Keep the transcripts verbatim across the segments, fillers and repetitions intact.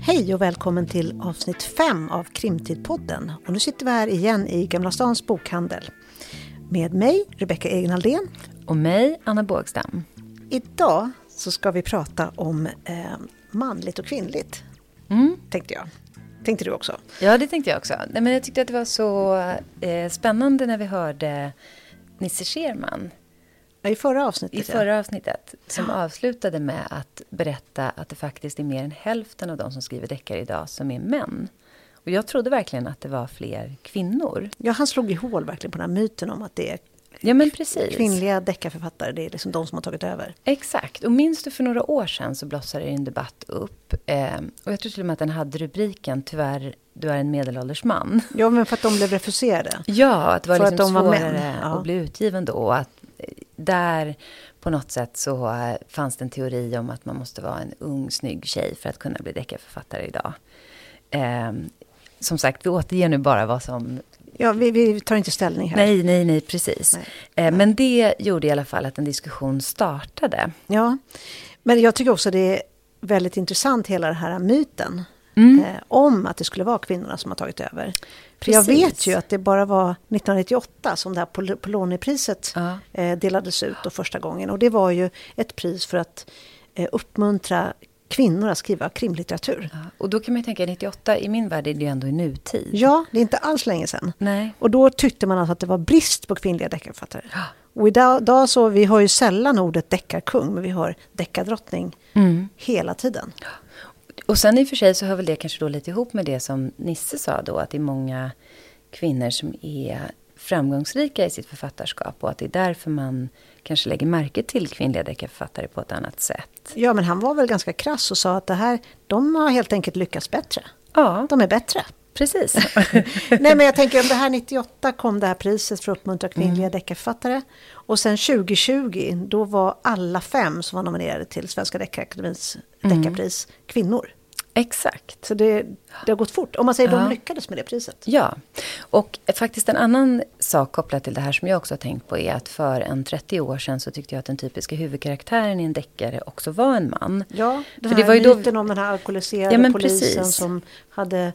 Hej och välkommen till avsnitt fem av Krimtidpodden. Och nu sitter vi här igen i Gamla Stans bokhandel. Med mig, Rebecka Egenaldén. Och mig, Anna Bågstam. Idag så ska vi prata om eh, manligt och kvinnligt, Mm. tänkte jag. Tänkte du också? Ja, det tänkte jag också. Nej, men jag tyckte att det var så eh, spännande när vi hörde Nisse Scherman. Ja, i förra avsnittet. I förra avsnittet. Som ja. avslutade med att berätta att det faktiskt är mer än hälften av de som skriver deckare idag som är män. Och jag trodde verkligen att det var fler kvinnor. Ja, han slog i hål verkligen på den här myten om att det är ja, men precis. kvinnliga deckarförfattare. Det är liksom de som har tagit över. Exakt. Och minns du för några år sedan så blossade en debatt upp. Eh, och jag tror till och med att den hade rubriken Tyvärr, du är en medelålders man. Ja, men för att de blev refuserade. Ja, att det var för liksom att de svårare var män. Ja. att bli utgiven då. Och att där på något sätt så fanns det en teori om att man måste vara en ung, snygg tjej för att kunna bli deckarförfattare idag. Eh, som sagt, vi återger nu bara vad som... Ja, vi, vi tar inte ställning här. Nej, nej, nej, precis. Nej. Eh, men det gjorde i alla fall att en diskussion startade. Ja, men jag tycker också det är väldigt intressant hela den här myten. Mm. Eh, om att det skulle vara kvinnorna som har tagit över. För jag vet ju att det bara var nittonhundranittioåtta som det här Pol- Polonipriset ja. eh, delades ut då första gången. Och det var ju ett pris för att eh, uppmuntra kvinnor att skriva krimlitteratur. Ja. Och då kan man ju tänka, nittioåtta i min värld är det ju ändå i nutid. Ja, det är inte alls länge sedan. Nej. Och då tyckte man alltså att det var brist på kvinnliga deckarförfattare. Ja. Och idag, idag så, vi har ju sällan ordet deckarkung, men vi har deckardrottning mm. hela tiden. Ja. Och sen i och för sig så hör väl det kanske då lite ihop med det som Nisse sa då, att det är många kvinnor som är framgångsrika i sitt författarskap och att det är därför man kanske lägger märke till kvinnliga deckarförfattare på ett annat sätt. Ja, men han var väl ganska krass och sa att det här, de har helt enkelt lyckats bättre. Ja. De är bättre. Precis. Nej, men jag tänker om det här nittioåtta kom det här priset för att uppmuntra kvinnliga mm. deckarförfattare. Och sen tjugo tjugo, då var alla fem som var nominerade till Svenska Deckarakademins mm. deckarpris kvinnor. Exakt. Så det, det har gått fort. Om man säger att ja. de lyckades med det priset. Ja, och faktiskt en annan sak kopplat till det här som jag också har tänkt på är att för en trettio år sedan så tyckte jag att den typiska huvudkaraktären i en deckare också var en man. Ja, den för här det var ju myten då... om den här alkoholiserade ja, polisen precis. som hade,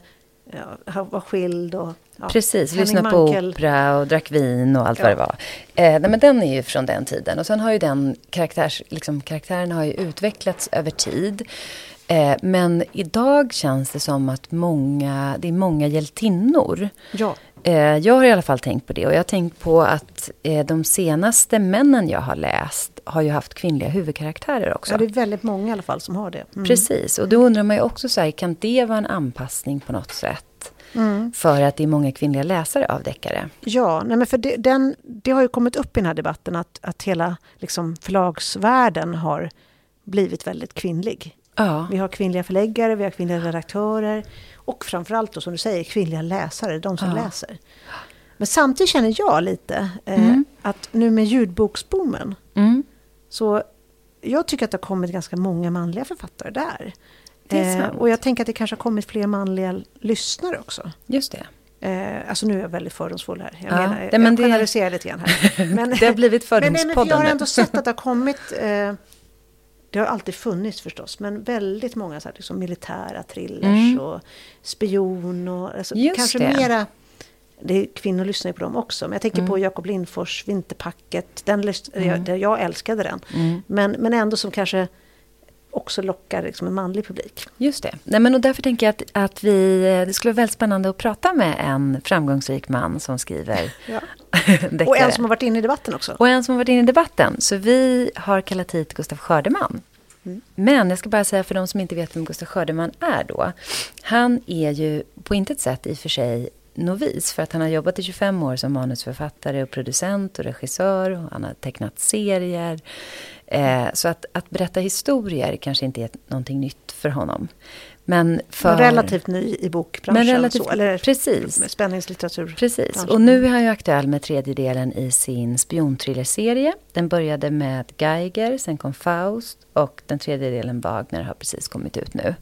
ja, var skild och... Ja, precis, lyssna på opera och drack vin och allt ja. vad det var. Eh, nej, men den är ju från den tiden. Och sen har ju den karaktärs, liksom, karaktären har ju utvecklats över tid. Eh, men idag känns det som att många, det är många hjältinnor. Ja. Eh, jag har i alla fall tänkt på det. Och jag har tänkt på att eh, de senaste männen jag har läst har ju haft kvinnliga huvudkaraktärer också. Ja, det är väldigt många i alla fall som har det. Mm. Precis, och då undrar man ju också så här, kan det vara en anpassning på något sätt? Mm. För att det är många kvinnliga läsare av deckare. Ja, nej men för det, den, det har ju kommit upp i den här debatten att, att hela liksom, förlagsvärlden har blivit väldigt kvinnlig. Ja. Vi har kvinnliga förläggare, vi har kvinnliga redaktörer och framförallt då, som du säger, kvinnliga läsare, de som ja. läser. Men samtidigt känner jag lite eh, mm. att nu med ljudboksboomen mm. så jag tycker att det har kommit ganska många manliga författare där. Eh, och jag tänker att det kanske har kommit fler manliga lyssnare också. Just det. Eh, alltså nu är jag väldigt fördomsfull här. Jag ja, menar, det, men jag generaliserar det... lite grann här. Men, det har blivit fördomspodden. Men, men jag har ändå sett att det har kommit... Eh, det har alltid funnits förstås, men väldigt många så här, liksom, militära thrillers mm. och spion och alltså, kanske det. mera... Det är, kvinnor lyssnar ju på dem också. Men jag tänker mm. på Jakob Lindfors Vinterpacket. Den, mm. jag, jag älskade den. Mm. Men, men ändå som kanske... också lockar liksom en manlig publik. Just det. Nej, men och därför tänker jag att, att vi, det skulle vara väldigt spännande att prata med en framgångsrik man som skriver ja. deckare. Och en som har varit inne i debatten också. Och en som har varit inne i debatten. Så vi har kallat hit Gustaf Skördeman. Mm. Men jag ska bara säga för de som inte vet vem Gustaf Skördeman är då. Han är ju på intet sätt i och för sig novis. För att han har jobbat i tjugofem år som manusförfattare och producent och regissör. Och han har tecknat serier. Eh, så att, att berätta historier kanske inte är någonting nytt för honom. Men för... relativt ny i bokbranschen. Men relativt, så, eller precis. Med spänningslitteratur. Precis. Och nu är han ju aktuell med tredje delen i sin spionthriller-serie. Den började med Geiger, sen kom Faust. Och den tredje delen, Wagner, har precis kommit ut nu.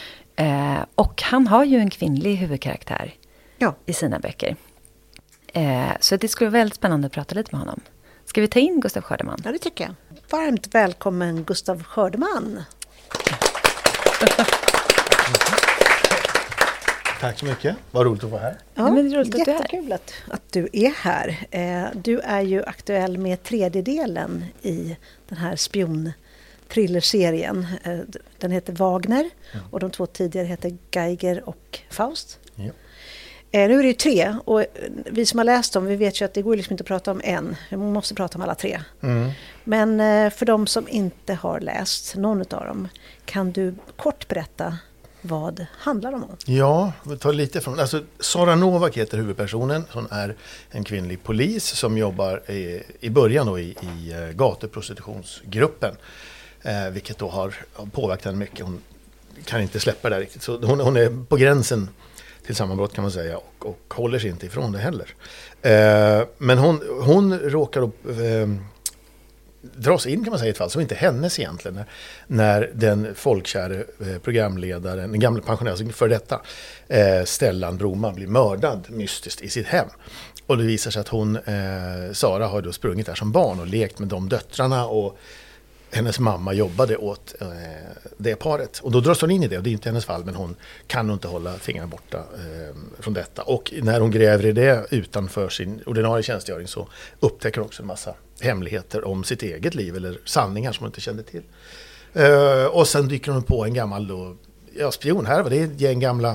Eh, och han har ju en kvinnlig huvudkaraktär ja. i sina böcker. Eh, så det skulle vara väldigt spännande att prata lite med honom. Ska vi ta in Gustaf Skördeman? Ja, det tycker jag. Varmt välkommen Gustaf Skördeman. Tack så mycket. Vad roligt att vara här. Ja, Nej, men det är roligt jättekul att, att du är här. Eh, du är ju aktuell med tredje delen i den här spion-thrillerserien. Eh, den heter Wagner mm. och de två tidigare heter Geiger och Faust. Ja. Eh, nu är det ju tre och vi som har läst dem, vi vet ju att det går liksom inte att prata om en. Vi måste prata om alla tre. Mm. Men eh, för de som inte har läst någon av dem, kan du kort berätta vad handlar de om? Ja, vi tar lite från... Alltså, Sara Novak heter huvudpersonen. Hon är en kvinnlig polis som jobbar i, i början då i, i gatuprostitutionsgruppen. Eh, vilket då har påverkat henne mycket. Hon kan inte släppa det där riktigt. Så hon, hon är på gränsen till sammanbrott kan man säga. Och, och håller sig inte ifrån det heller. Eh, men hon, hon råkar då... Eh, dras in kan man säga i ett fall som inte hennes egentligen när, när den folkkäre eh, programledaren, den gamla pensionären för detta eh, Stellan Broman blir mördad mystiskt i sitt hem. Och det visar sig att hon, eh, Sara har då sprungit där som barn och lekt med de döttrarna och hennes mamma jobbade åt eh, det paret. Och då dras hon in i det och det är inte hennes fall men hon kan nog inte hålla fingrarna borta eh, från detta. Och när hon gräver i det utanför sin ordinarie tjänstgöring så upptäcker hon också en massa hemligheter om sitt eget liv eller sanningar som hon inte kände till. Uh, och sen dyker hon på en gammal då, ja, spion här. Det är ett gäng gamla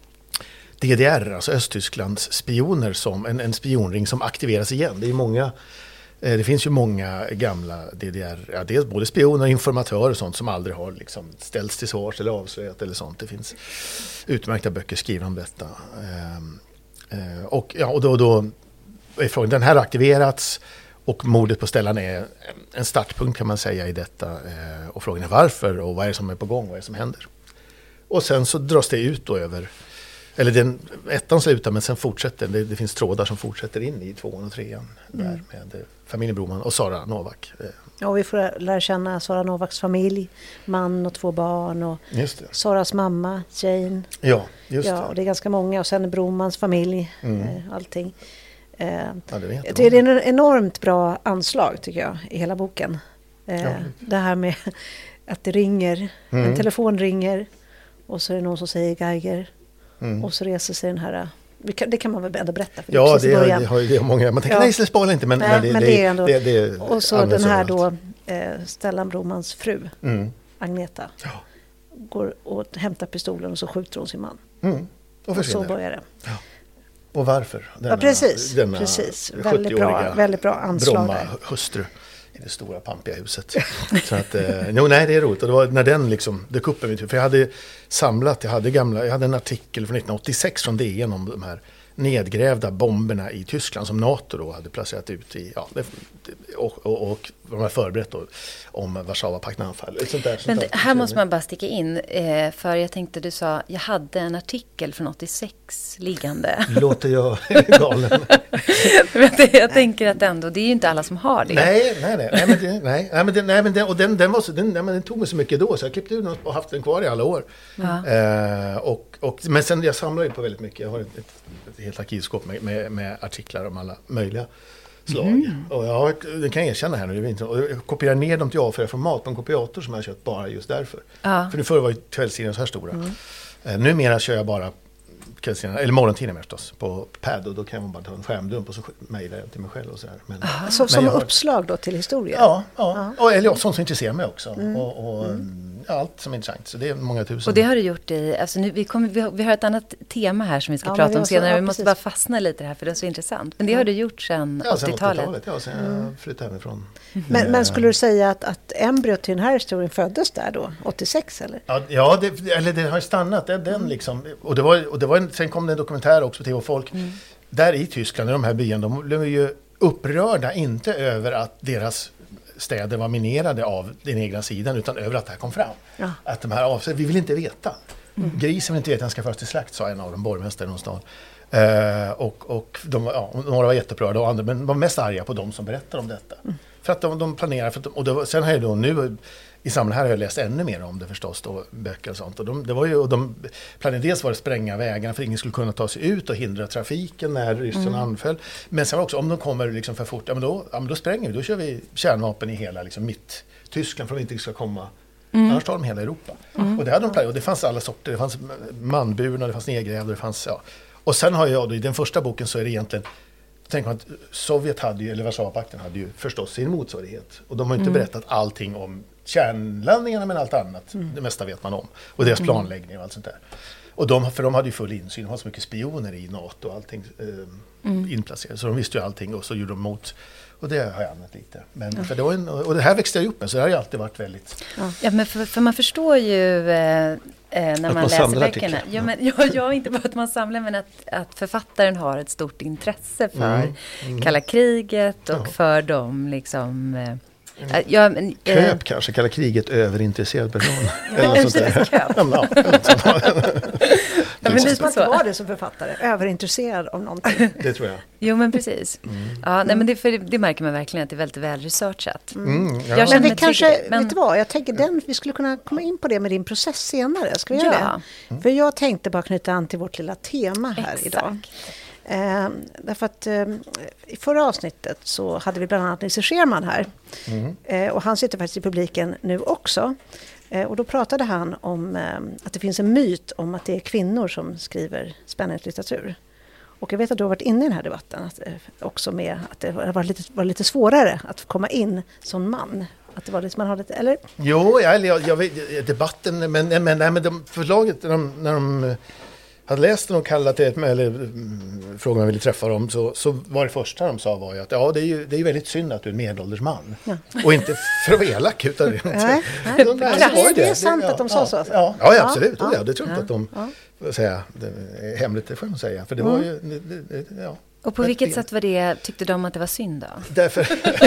D D R, alltså Östtysklands spioner, som en, en spionring som aktiveras igen. Det är många, eh, det finns ju många gamla D D R, ja, dels både spioner och informatörer och sånt som aldrig har liksom ställts till svars eller avslöjat eller sånt. Det finns utmärkta böcker skrivna om detta. Uh, uh, och ja, och då, då är frågan, den här har aktiverats. Och mordet på Stellan är en startpunkt kan man säga i detta. Eh, och frågan är varför och vad är det som är på gång, vad är det som händer. Och sen så dras det ut då över, eller den, ettan slutar men sen fortsätter, det, det finns trådar som fortsätter in i tvåan och trean. Mm. Där med familjen Broman och Sara Novak. Ja, vi får lära känna Sara Novaks familj, man och två barn och Saras mamma, Jane. Ja, just ja, det. Och det är ganska många och sen Bromans familj, mm. eh, allting. Ja, det, det är en enormt bra anslag tycker jag i hela boken. Eh, ja. Det här med att det ringer, mm. en telefon ringer och så är det någon som säger Geiger mm. och så reser sig den här, det kan man väl ändå berätta. För ja, det, det, har, det har många, man tänker ja. nej, det spoilar inte men, nej, men, det, men det är ändå, det, det, det och så den här då eh, Stellan Bromans fru mm. Agneta ja. går och hämtar pistolen och så skjuter hon sin man. Mm. Och, och så börjar det. Ja. Och varför? Denna, ja, precis. Denna precis. Väldigt bra, väldigt bra anslag. Bromma hustru i det stora pampiga huset. Så att, eh, no, nej, det är roligt. Och det var när den liksom dök upp i mitt huvud. För jag hade samlat, jag hade, gamla, jag hade en artikel från nittonhundraåttiosex från D N om de här nedgrävda bomberna i Tyskland som NATO då hade placerat ut i, ja, och, och, och de har förberett då om Warszawapakten anfall. Sånt där, sånt Men där. Här måste man bara sticka in, eh, för jag tänkte du sa, jag hade en artikel från åttiosex liggande. Låter jag galen? Men det, jag tänker att ändå, det är ju inte alla som har det. Nej, nej, nej, nej, men, det, nej, nej, men, det, nej, men det, och den, den, var så, den, nej, men den tog mig så mycket då så jag klippte ut den och haft den kvar i alla år. Mm. Eh, och, och, men sen jag samlar ju på väldigt mycket, jag har ett, ett, ett helt arkivskåp med, med, med artiklar om alla möjliga slag. Mm. Och jag, det kan jag erkänna här nu. Och jag kopierar ner dem till A fyra-format på en kopiator som jag har köpt bara just därför. Ja. För nu förr var ju kvällstidningarna så här stora. Mm. Uh, numera kör jag bara kvällstidningarna, eller morgontidningarna förstås, på pad och då kan man bara ta en skärmdump och så mejlar jag till mig själv och sådär. Men, ah, så, men som har... uppslag då till historia? Ja, ja. Ah. Och, eller sånt som intresserar mig också. Mm. Och, och mm. ja, allt som är intressant. Så det är många tusen. Och det har du gjort i, alltså nu, vi, kommer, vi, har, vi har ett annat tema här som vi ska ja, prata vi om senare. Ja, vi måste bara fastna lite här för det är så intressant. Men det har du gjort sedan ja, åttiotalet. Ja, sen åttiotalet. Ja, sen mm. jag flyttade hemifrån. Mm. Men, men skulle du säga att, att embryot till den här historien föddes där då? åttiosex eller? Ja, ja det, eller det har stannat. Det, den mm. liksom, och det var, och det var en, sen kom det en dokumentär också på T V Folk. Mm. Där i Tyskland, i de här byarna, de blev ju upprörda inte över att deras städer var minerade av den egna sidan utan över att det här kom fram. Ja. Att de här avser, vi vill inte veta. Mm. Grisen vill inte veta, han ska först till slakt, sa en av de borgmästare i någon stad. Uh, och och de, ja, några var jätteupprörda och andra, men var mest arga på de som berättar om detta. Mm. För att de, de planerar, för att de, och det var, sen har jag då nu i samband här har jag läst ännu mer om det förstås då, böcker och sånt. Och de, det var ju, och de planerade dels var det spränga vägarna för att ingen skulle kunna ta sig ut och hindra trafiken när ryssen mm. anföll. Men sen också om de kommer liksom för fort, ja men då, ja, men då spränger vi, då kör vi kärnvapen i hela liksom, mitt Tyskland för att de inte ska komma Mm. Annars tar de hela Europa. Mm. Och det hade de och det fanns alla sorter. Det fanns manburna, det fanns nedgrävda, det fanns, ja. Och sen har jag då, i den första boken så är det egentligen, tänk man att Sovjet hade ju, eller Warszawapakten hade ju förstås sin motsvarighet. Och de har inte mm. berättat allting om kärnlandningarna, men allt annat. Mm. Det mesta vet man om. Och deras planläggning och allt sånt där. Och de, för de hade ju full insyn, de har så mycket spioner i NATO och allting eh, mm. inplacerade. Så de visste ju allting och så gjorde de mot. Och det har jag använt lite. Men, ja. för det var en, och det här växte jag upp med, så det har ju alltid varit väldigt... Ja, ja men för, för man förstår ju eh, när man, man läser böckerna. Ja, men, ja, ja, inte bara att man samlar, men att, att författaren har ett stort intresse för mm. Mm. kalla kriget och ja. för dem liksom... Eh, Mm. Ja, men, Köp äh, kanske, kalla kriget överintresserad person. Eller något sånt där. Ja, men det är så. Var det som författare, överintresserad av någonting. Det tror jag. Jo, men precis. Mm. Ja, nej, men det, för det märker man verkligen att det är väldigt väl researchat. Mm, ja. Men vi kanske, men... vet du vad, jag tänker den, vi skulle kunna komma in på det med din process senare. Ska vi göra ja. det? Mm. För jag tänkte bara knyta an till vårt lilla tema här Exakt. idag. Eh, därför att eh, i förra avsnittet så hade vi bland annat Nisse Scherman här. Mm. Eh, och han sitter faktiskt i publiken nu också. Eh, och då pratade han om eh, att det finns en myt om att det är kvinnor som skriver spännande litteratur. Och jag vet att du har varit inne i den här debatten att, eh, också med att det var lite, var lite svårare att komma in som man. Att det var lite, man hade lite, eller? Jo, jag, jag, jag vet, debatten, men, men, men, men de, förlaget när de... När de hade läst den och kallat det, eller mm, frågan om jag ville träffa dem, så, så var det första de sa var ju att ja, det är ju, det är ju väldigt synd att du är en medelålders man. Ja. Och inte för att vara elak, utan det, nej, nej. Så, nej, det, det, det är sant det, att de sa ja, så. Ja, ja, ja absolut. Ja, ja, det tror jag inte att de ja. säga, det är hemligt, det får man säga. För det mm. var ju, det, det, ja. Och på vilket sätt var det, tyckte de att det var synd då? Därför,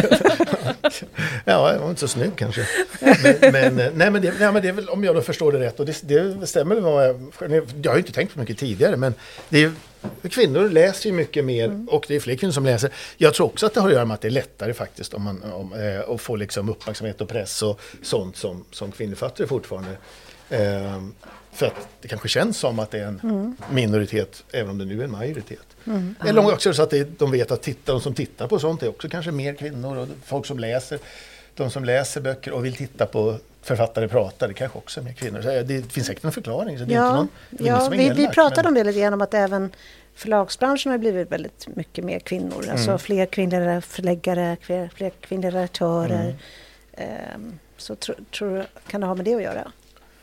ja, jag var inte så snygg kanske. Men, men, nej, men, det, nej, men det är väl, om jag då förstår det rätt, och det, det stämmer vad jag, jag har ju inte tänkt på mycket tidigare, men det är, kvinnor läser ju mycket mer mm. och det är fler kvinnor som läser. Jag tror också att det har att göra med att det är lättare faktiskt om man, om, eh, att få liksom uppmärksamhet och press och sånt som, som kvinnoförfattare fortfarande. Eh, För att det kanske känns som att det är en mm. minoritet, även om det nu är en majoritet. Mm. Eller också så att det, de vet att titta, de som tittar på sånt är också kanske mer kvinnor. Och folk som läser, de som läser böcker och vill titta på författare prata, det kanske också är mer kvinnor. Så det finns säkert en förklaring. Så det ja, är inte någon, det är ja vi, elak, vi pratade men... om det lite grann, om att även förlagsbranschen har blivit väldigt mycket mer kvinnor. Mm. Alltså fler kvinnliga förläggare, fler, fler kvinnliga redaktörer. Mm. Um, så tro, tro, kan det ha med det att göra?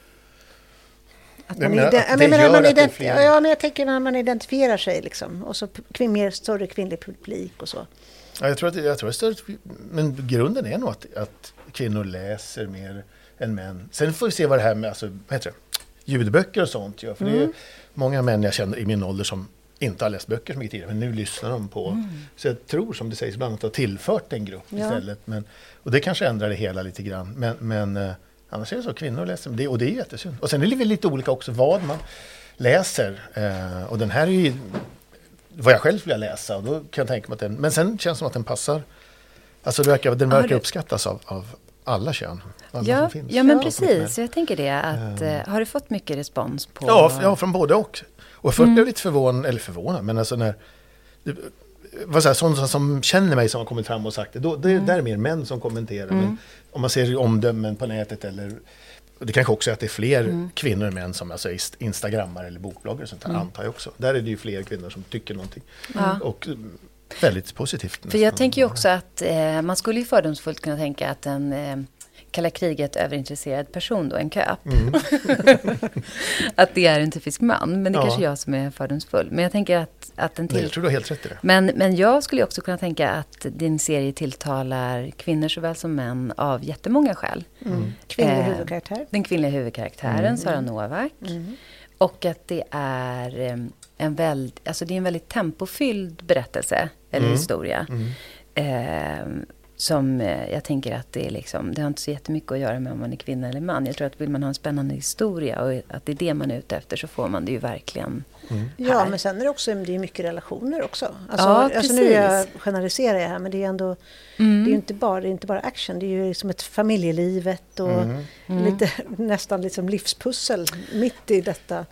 Att man men, ident- att det men, man ident- fler... Ja, men jag tänker när man identifierar sig liksom. Och så kvin- mer större kvinnlig publik och så. Ja, jag tror att det, jag tror att det är större, men grunden är nog att, att kvinnor läser mer än män. Sen får vi se vad det här med, alltså, vad heter det? Ljudböcker och sånt gör. För mm. det är många män jag känner i min ålder som inte har läst böcker så mycket tidigare, men nu lyssnar de på. Mm. Så jag tror, som det sägs ibland, att det har tillfört en grupp ja. istället. Men, och det kanske ändrar det hela lite grann. Men, men annars är det så, kvinnor läser det, och det är jättesynd. Och sen är det väl lite olika också vad man läser. Eh, och den här är ju vad jag själv vill läsa, och då kan jag tänka mig att den, men sen känns det som att den passar, alltså det verkar, den verkar uppskattas av, av alla kön. Alla ja, som finns. ja, men precis. Så jag tänker det, att uh, har du fått mycket respons på... Ja, ja från både och. Och först mm. blev jag lite förvånad, eller förvånad, men alltså när... Det, vad säger, sådana som känner mig som har kommit fram och sagt det, då, det mm. där är mer män som kommenterar. Mm. Men om man ser omdömen på nätet, eller det kanske också är att det är fler mm. kvinnor än män som alltså instagrammar eller bokbloggar och sånt där, mm. antar jag också. Där är det ju fler kvinnor som tycker någonting. Mm. Och väldigt positivt. För jag tänker ju också att eh, man skulle ju fördomsfullt kunna tänka att en eh, kalla kriget överintresserad person då, en köp. Mm. Att det är en typisk man. Men det är ja. kanske jag som är fördomsfull. Men jag tänker att, att en till... Nej, jag tror du har helt rätt i det. Men, men jag skulle också kunna tänka att din serie tilltalar kvinnor såväl som män av jättemånga skäl. Mm. Kvinnlig eh, huvudkaraktär. Den kvinnliga huvudkaraktären, mm. Sara Novak. Mm. Och att det är en väldigt, alltså det är en väldigt tempofylld berättelse eller mm. historia. Mm. Eh, som jag tänker att det är liksom, det har inte så jättemycket att göra med om man är kvinna eller man. Jag tror att vill man ha en spännande historia och att det är det man är ute efter, så får man det ju verkligen mm. Ja, men sen är det också, det är mycket relationer också. Alltså, ja, alltså nu jag generaliserar jag här, men det är ändå mm. det är ju inte bara, det är inte bara action, det är ju som ett familjelivet och mm. Mm. lite nästan liksom livspussel mitt i detta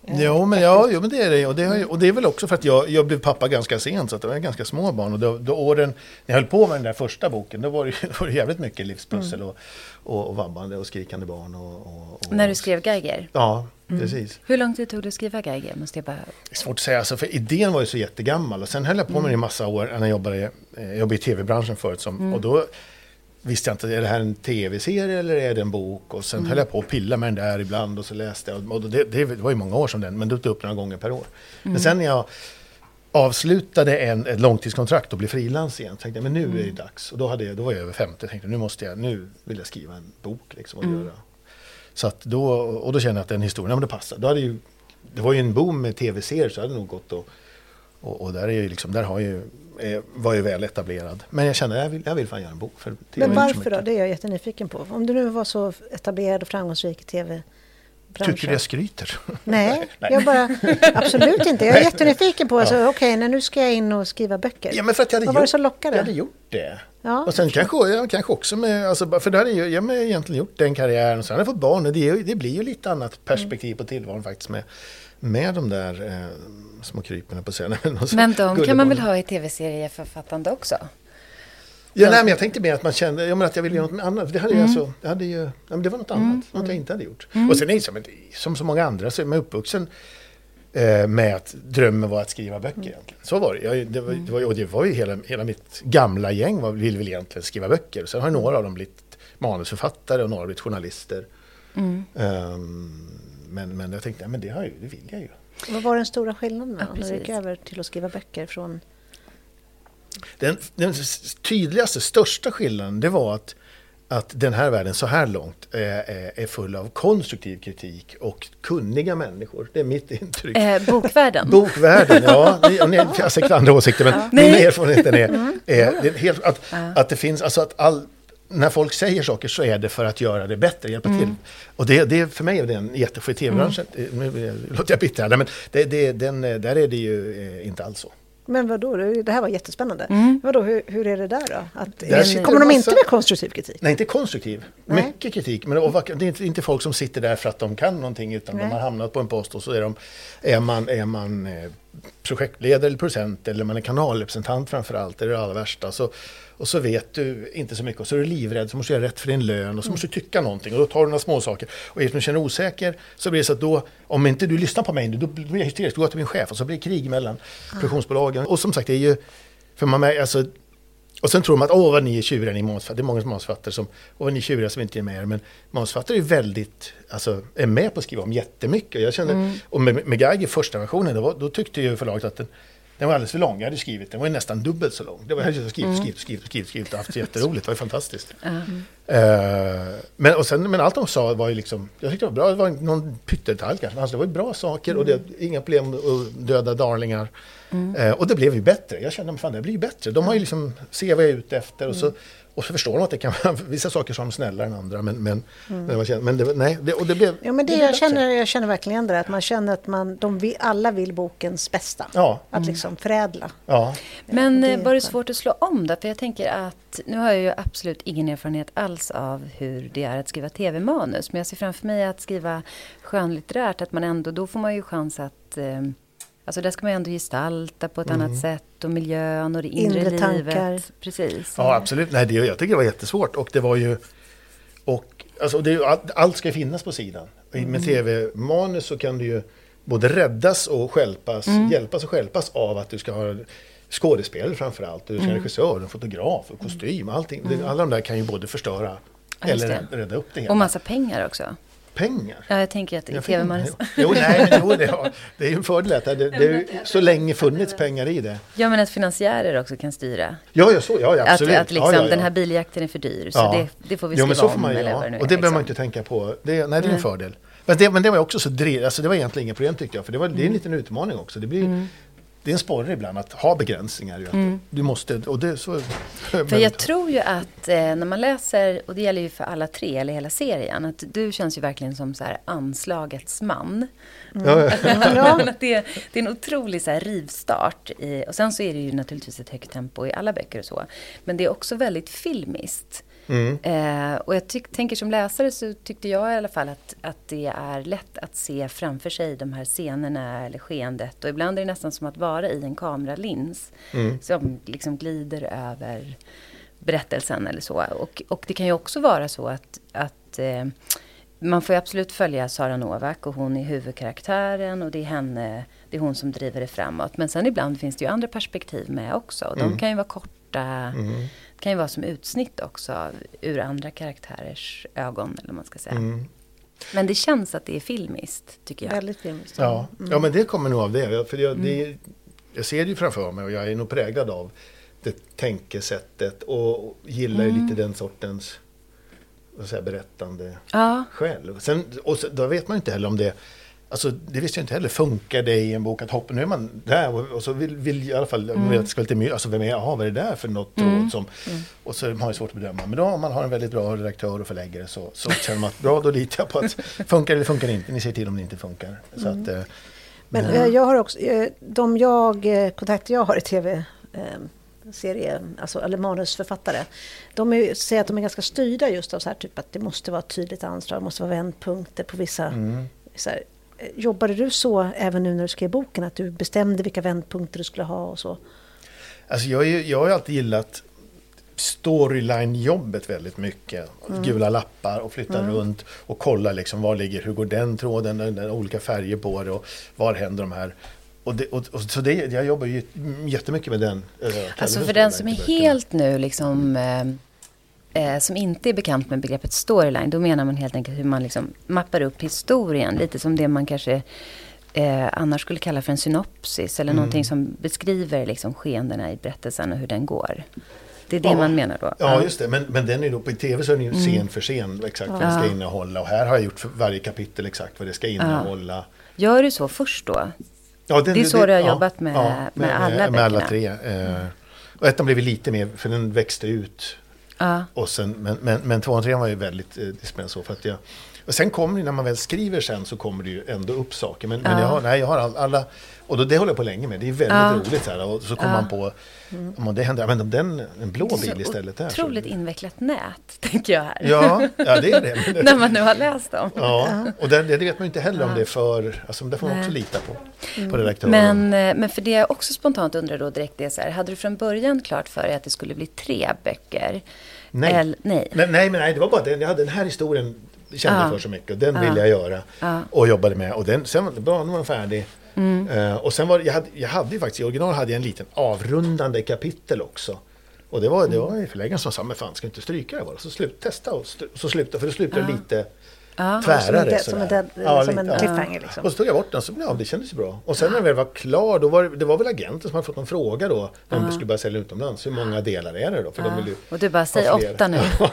Jo, men, ja, jo, men det är det. Och det, har, och det är väl också för att jag, jag blev pappa ganska sent, så att det var ganska små barn. Och då, då åren, när jag höll på med den där första boken, då var det, då var det jävligt mycket livspussel och, och, och vabbande och skrikande barn. Och, och, och, när du skrev Geiger? Ja, mm. precis. Hur lång tid tog det att skriva Geiger? Måste jag bara... Det är svårt att säga, alltså, för idén var ju så jättegammal. Och sen höll jag på med det i massa år när jag jobbade, jag jobbade i tv-branschen förut. Som, mm. Och då visste jag inte, är det här en tv-serie eller är det en bok? Och sen mm. höll jag på att pilla med den där ibland och så läste jag. Och det, det var ju många år som den, men det tog upp några gånger per år. Mm. Men sen när jag avslutade en, ett långtidskontrakt och blev frilans igen, tänkte jag, men nu mm. är det dags. Och då, hade jag, då var jag över femtio, jag tänkte nu måste jag, nu vill jag skriva en bok liksom och mm. göra. Så att då, och då kände jag att den historien, ja, men det passade. Då hade ju, det var ju en boom med tv-serier, så hade det nog gått och, och, och där är ju liksom, där har ju var ju väl etablerad. Men jag kände att jag vill, jag vill fan göra en bok. För men varför då? Det är jag jättenyfiken på. Om du nu var så etablerad och framgångsrik i tv-branschen. Tycker du jag skryter? Nej, Nej. jag bara, absolut inte. Jag är jättenyfiken på, alltså, ja. okej, okay, nu ska jag in och skriva böcker. Ja, men för att jag hade Vad gjort, var det som lockade? Jag hade gjort det. Ja, och sen kanske jag kanske också med, alltså, för då hade jag, jag med egentligen gjort den karriären och sen hade jag fått barn. Och det, det blir ju lite annat perspektiv mm. på tillvaron faktiskt med, med de där eh, små kryperna på scenen. Men de kan man väl ha i tv-serieförfattande också? Ja, nej, men jag tänkte mer att man kände, jag menar, att jag ville göra något annat. Det hade mm. jag alltså, det hade ju, nej, det var något annat, mm. något jag inte hade gjort. Mm. Och sen är det som, som så många andra så är man uppvuxen eh, med att drömmen var att skriva böcker mm. egentligen. Så var det. Jag, det, var, det, var, och det var ju hela, hela mitt gamla gäng var, ville väl egentligen skriva böcker. Sen har några av dem blivit manusförfattare och några har blivit journalister. Mm. Um, men, men jag tänkte, ja, men det, har ju, det vill jag ju. Vad var den stora skillnaden ja, när du gick över till att skriva böcker från... Den, den tydligaste, största skillnaden, det var att, att den här världen så här långt är, är full av konstruktiv kritik och kunniga människor. Det är mitt intryck. Eh, bokvärlden. Bokvärlden, ja. Ni, ni, jag har säkert andra åsikter, men ja. min erfarenhet är, mm. är, det är helt, att, ja. att det finns, alltså att all... När folk säger saker så är det för att göra det bättre, hjälpa mm. till. Och det, det för mig är det en jätteskön tv-bransch. Mm. Nu låter jag bitter här, men det, det, den, där är det ju inte alls så. Men vadå? Det här var jättespännande. Mm. Vadå, hur, hur är det där då? Att, där kommer de inte med konstruktiv kritik? Nej, inte konstruktiv. Nej. Mycket kritik. Men och, det är inte, inte folk som sitter där för att de kan någonting, utan Nej. de har hamnat på en post och så är, de, är man, är man eh, projektledare eller producent eller man är kanalrepresentant framförallt, det är det allra värsta. Så, och så vet du inte så mycket och så är du livrädd, så måste du göra rätt för din lön och så måste du tycka någonting och då tar du några små saker. Och eftersom du känner osäker så blir det så att då, om inte du lyssnar på mig, då blir jag hysterisk, då går jag till min chef och så blir det krig mellan produktionsbolagen. Och som sagt, det är ju, för man alltså, och sen tror man att åh vad ni är tjuriga, ni manusfattare. Det är många manusfattare som, åh vad ni är tjuriga som inte är med er. Men manusfattare är väldigt, alltså är med på att skriva om jättemycket. Jag kände, mm. och med, med Geiger första versionen, då, då tyckte ju förlaget att den, den var alldeles för lång. Jag hade skrivit, den var nästan dubbelt så lång. Det var, jag hade skrivit, mm. skrivit, skrivit, skrivit, skrivit och haft så jätteroligt. Det var ju fantastiskt. Mm. Uh, men, och sen, men allt de sa var ju liksom, jag tyckte det var bra. Det var någon pyttedetalj kanske. Alltså, det var ju bra saker mm. och det, inga problem att döda darlingar. Mm. Uh, och det blev ju bättre. Jag kände, fan det blir ju bättre. De har ju liksom, se vad jag är ute efter och så Mm. Och så förstår de att det kan vara vissa saker som snällare än andra. Men, men, mm. men, men det, nej, det, och det blev... Ja, men det, det jag, känner, jag känner verkligen det. Att man känner att man, de vill, alla vill bokens bästa. Ja. Att liksom förädla. Ja. Men det var det svårt att slå om det? För jag tänker att, nu har jag ju absolut ingen erfarenhet alls av hur det är att skriva tv-manus. Men jag ser framför mig att skriva skönlitterärt. Att man ändå, då får man ju chans att... Eh, Alltså där ska man ändå gestalta på ett mm. annat sätt. Och miljön och det inre, inre livet. Tankar. Precis. Ja, absolut. Nej, det, jag tycker det var jättesvårt. Och det var ju... Och, alltså, det, allt, allt ska finnas på sidan. Mm. Med tv-manus så kan du ju både räddas och stjälpas. Mm. Hjälpas och stjälpas av att du ska ha skådespelare framförallt. Du ska ha mm. regissör, en fotograf, och kostym. Allting. Mm. Alla de där kan ju både förstöra ja, eller rädda upp det hela. Och massa pengar också. Pengar? Ja, jag tänker att i tv-manus... Jo, nej, men jo, det, ja, det är ju en fördel att det, det är ju så länge funnits pengar i det. Ja, men att finansiärer också kan styra. Ja, ja, så, ja absolut. Att, att liksom, ja, ja, ja. den här biljakten är för dyr, så ja. det, det får vi skriva om. Jo, men så får man, eller ja. vad det nu Och det är, behöver man liksom. inte tänka på. Det, nej, det är en fördel. Men det, men det var också så driv, alltså det var egentligen inget problem tyckte jag, för det, var, det är en liten utmaning också. Det blir... Mm. Det är en sporre ibland att ha begränsningar. Ju, mm. Du måste, och det, så, för jag tror ju att eh, när man läser, och det gäller ju för alla tre eller hela serien, att du känns ju verkligen som så här anslagets man. Mm. Ja, ja. att det, det är en otrolig så här rivstart. I, och sen så är det ju naturligtvis ett högt tempo i alla böcker och så. Men det är också väldigt filmiskt. Mm. Eh, och jag tyck, tänker som läsare så tyckte jag i alla fall att, att det är lätt att se framför sig de här scenerna eller skeendet. Och ibland är det nästan som att vara i en kameralins mm. som liksom glider över berättelsen eller så. Och, och det kan ju också vara så att, att eh, man får ju absolut följa Sara Novak och hon är huvudkaraktären och det är henne, det är hon som driver det framåt. Men sen ibland finns det ju andra perspektiv med också. Och mm. de kan ju vara korta, mm. det kan ju vara som utsnitt också ur andra karaktärers ögon eller vad man ska säga. Mm. Men det känns att det är filmiskt, tycker jag. Väldigt filmiskt. Ja, mm. ja men det kommer nog av det. För jag, mm. det, jag ser det ju framför mig och jag är nog präglad av det tänkesättet och gillar ju mm. lite den sortens så säga, berättande ja. själv. Sen, och så, då vet man inte heller om det, alltså det visste jag inte heller, funkar det i en bok att hoppa, nu är man där och, och så vill, vill i alla fall, mm. vill att det ska lite mer, alltså vem är, aha, vad är det där för något mm. råd som, mm. och så har man svårt att bedöma. Men då om man har en väldigt bra redaktör och förläggare så, så känner man att bra, då litar jag på att funkar eller funkar inte, ni ser till om det inte funkar. Så mm. att, eh, men äh, jag har också, de jag, kontakter jag har i tv eh, serie, alltså, eller manusförfattare, de är, säger att de är ganska styrda just av så här typ att det måste vara ett tydligt anslag, det måste vara vändpunkter på vissa mm. så här, jobbade du så även nu när du skrev boken att du bestämde vilka vändpunkter du skulle ha och så? Alltså jag, är, jag har ju alltid gillat storyline-jobbet väldigt mycket. Mm. Gula lappar och flytta mm. runt och kolla liksom var ligger, hur går den tråden, den, den, olika färger på det och var händer de här. Och, det, och, och så det, jag jobbar ju jättemycket med den. Äh, alltså för den som är helt nu liksom, eh, som inte är bekant med begreppet storyline, då menar man helt enkelt hur man liksom mappar upp historien. Lite som det man kanske eh, annars skulle kalla för en synopsis eller mm. någonting som beskriver liksom skeendena i berättelsen och hur den går. Det är det ja. man menar då. Ja, just det. Men, men den är då på tv så är den ju mm. scen för scen exakt vad ja. den ska innehålla. Och här har jag gjort för varje kapitel exakt vad det ska innehålla. Ja. Gör du så först då? Ja, den, det är så det, du har ja, jobbat med, ja, med, med alla böckerna? Med alla tre. Eh, och ettan blev lite mer, för den växte ut. Ja. Och sen, men, men, men tvåan och trean var ju väldigt eh, så för att jag... Och sen kommer det, när man väl skriver sen så kommer det ju ändå upp saker. Men, ja. men jag har, nej, jag har all, alla... Och då, det håller jag på länge med. Det är väldigt ja. roligt så här. Och så kommer ja. man på... Mm. Om det händer, men om den, en blå bil istället där. Otroligt så, invecklat nät, tänker jag här. Ja, ja det är det. det när man nu har läst dem. Ja, och det, det vet man inte heller ja. om det är för... Alltså det får man också lita på. Mm. På redaktören. Men, men för det jag också spontant undrar då direkt är så här. Hade du från början klart för dig att det skulle bli tre böcker? Nej. Eller, nej. nej. Nej, men nej, det var bara den. Jag hade den här historien... kände ja. för så mycket och den ja. ville jag göra ja. och jobbade med och den, sen var det bra, nu var den färdig mm. uh, och sen var jag hade, jag hade ju faktiskt i original hade jag en liten avrundande kapitel också och det var, mm. det var förläggaren som sa, men fan ska inte stryka det bara, så slut, testa och st- så sluta, för det slutade ja. lite ja. tvärare som en, dead, ja, som lite, en cliffhanger liksom. Och så tog jag bort den, så ja, det kändes ju bra. Och sen när det väl var klar, då var det, det var väl agenten som hade fått en fråga då, när de skulle börja sälja utomlands. Hur många delar är det då? För ja. de vill ju och du bara, säg åtta nu. Ja,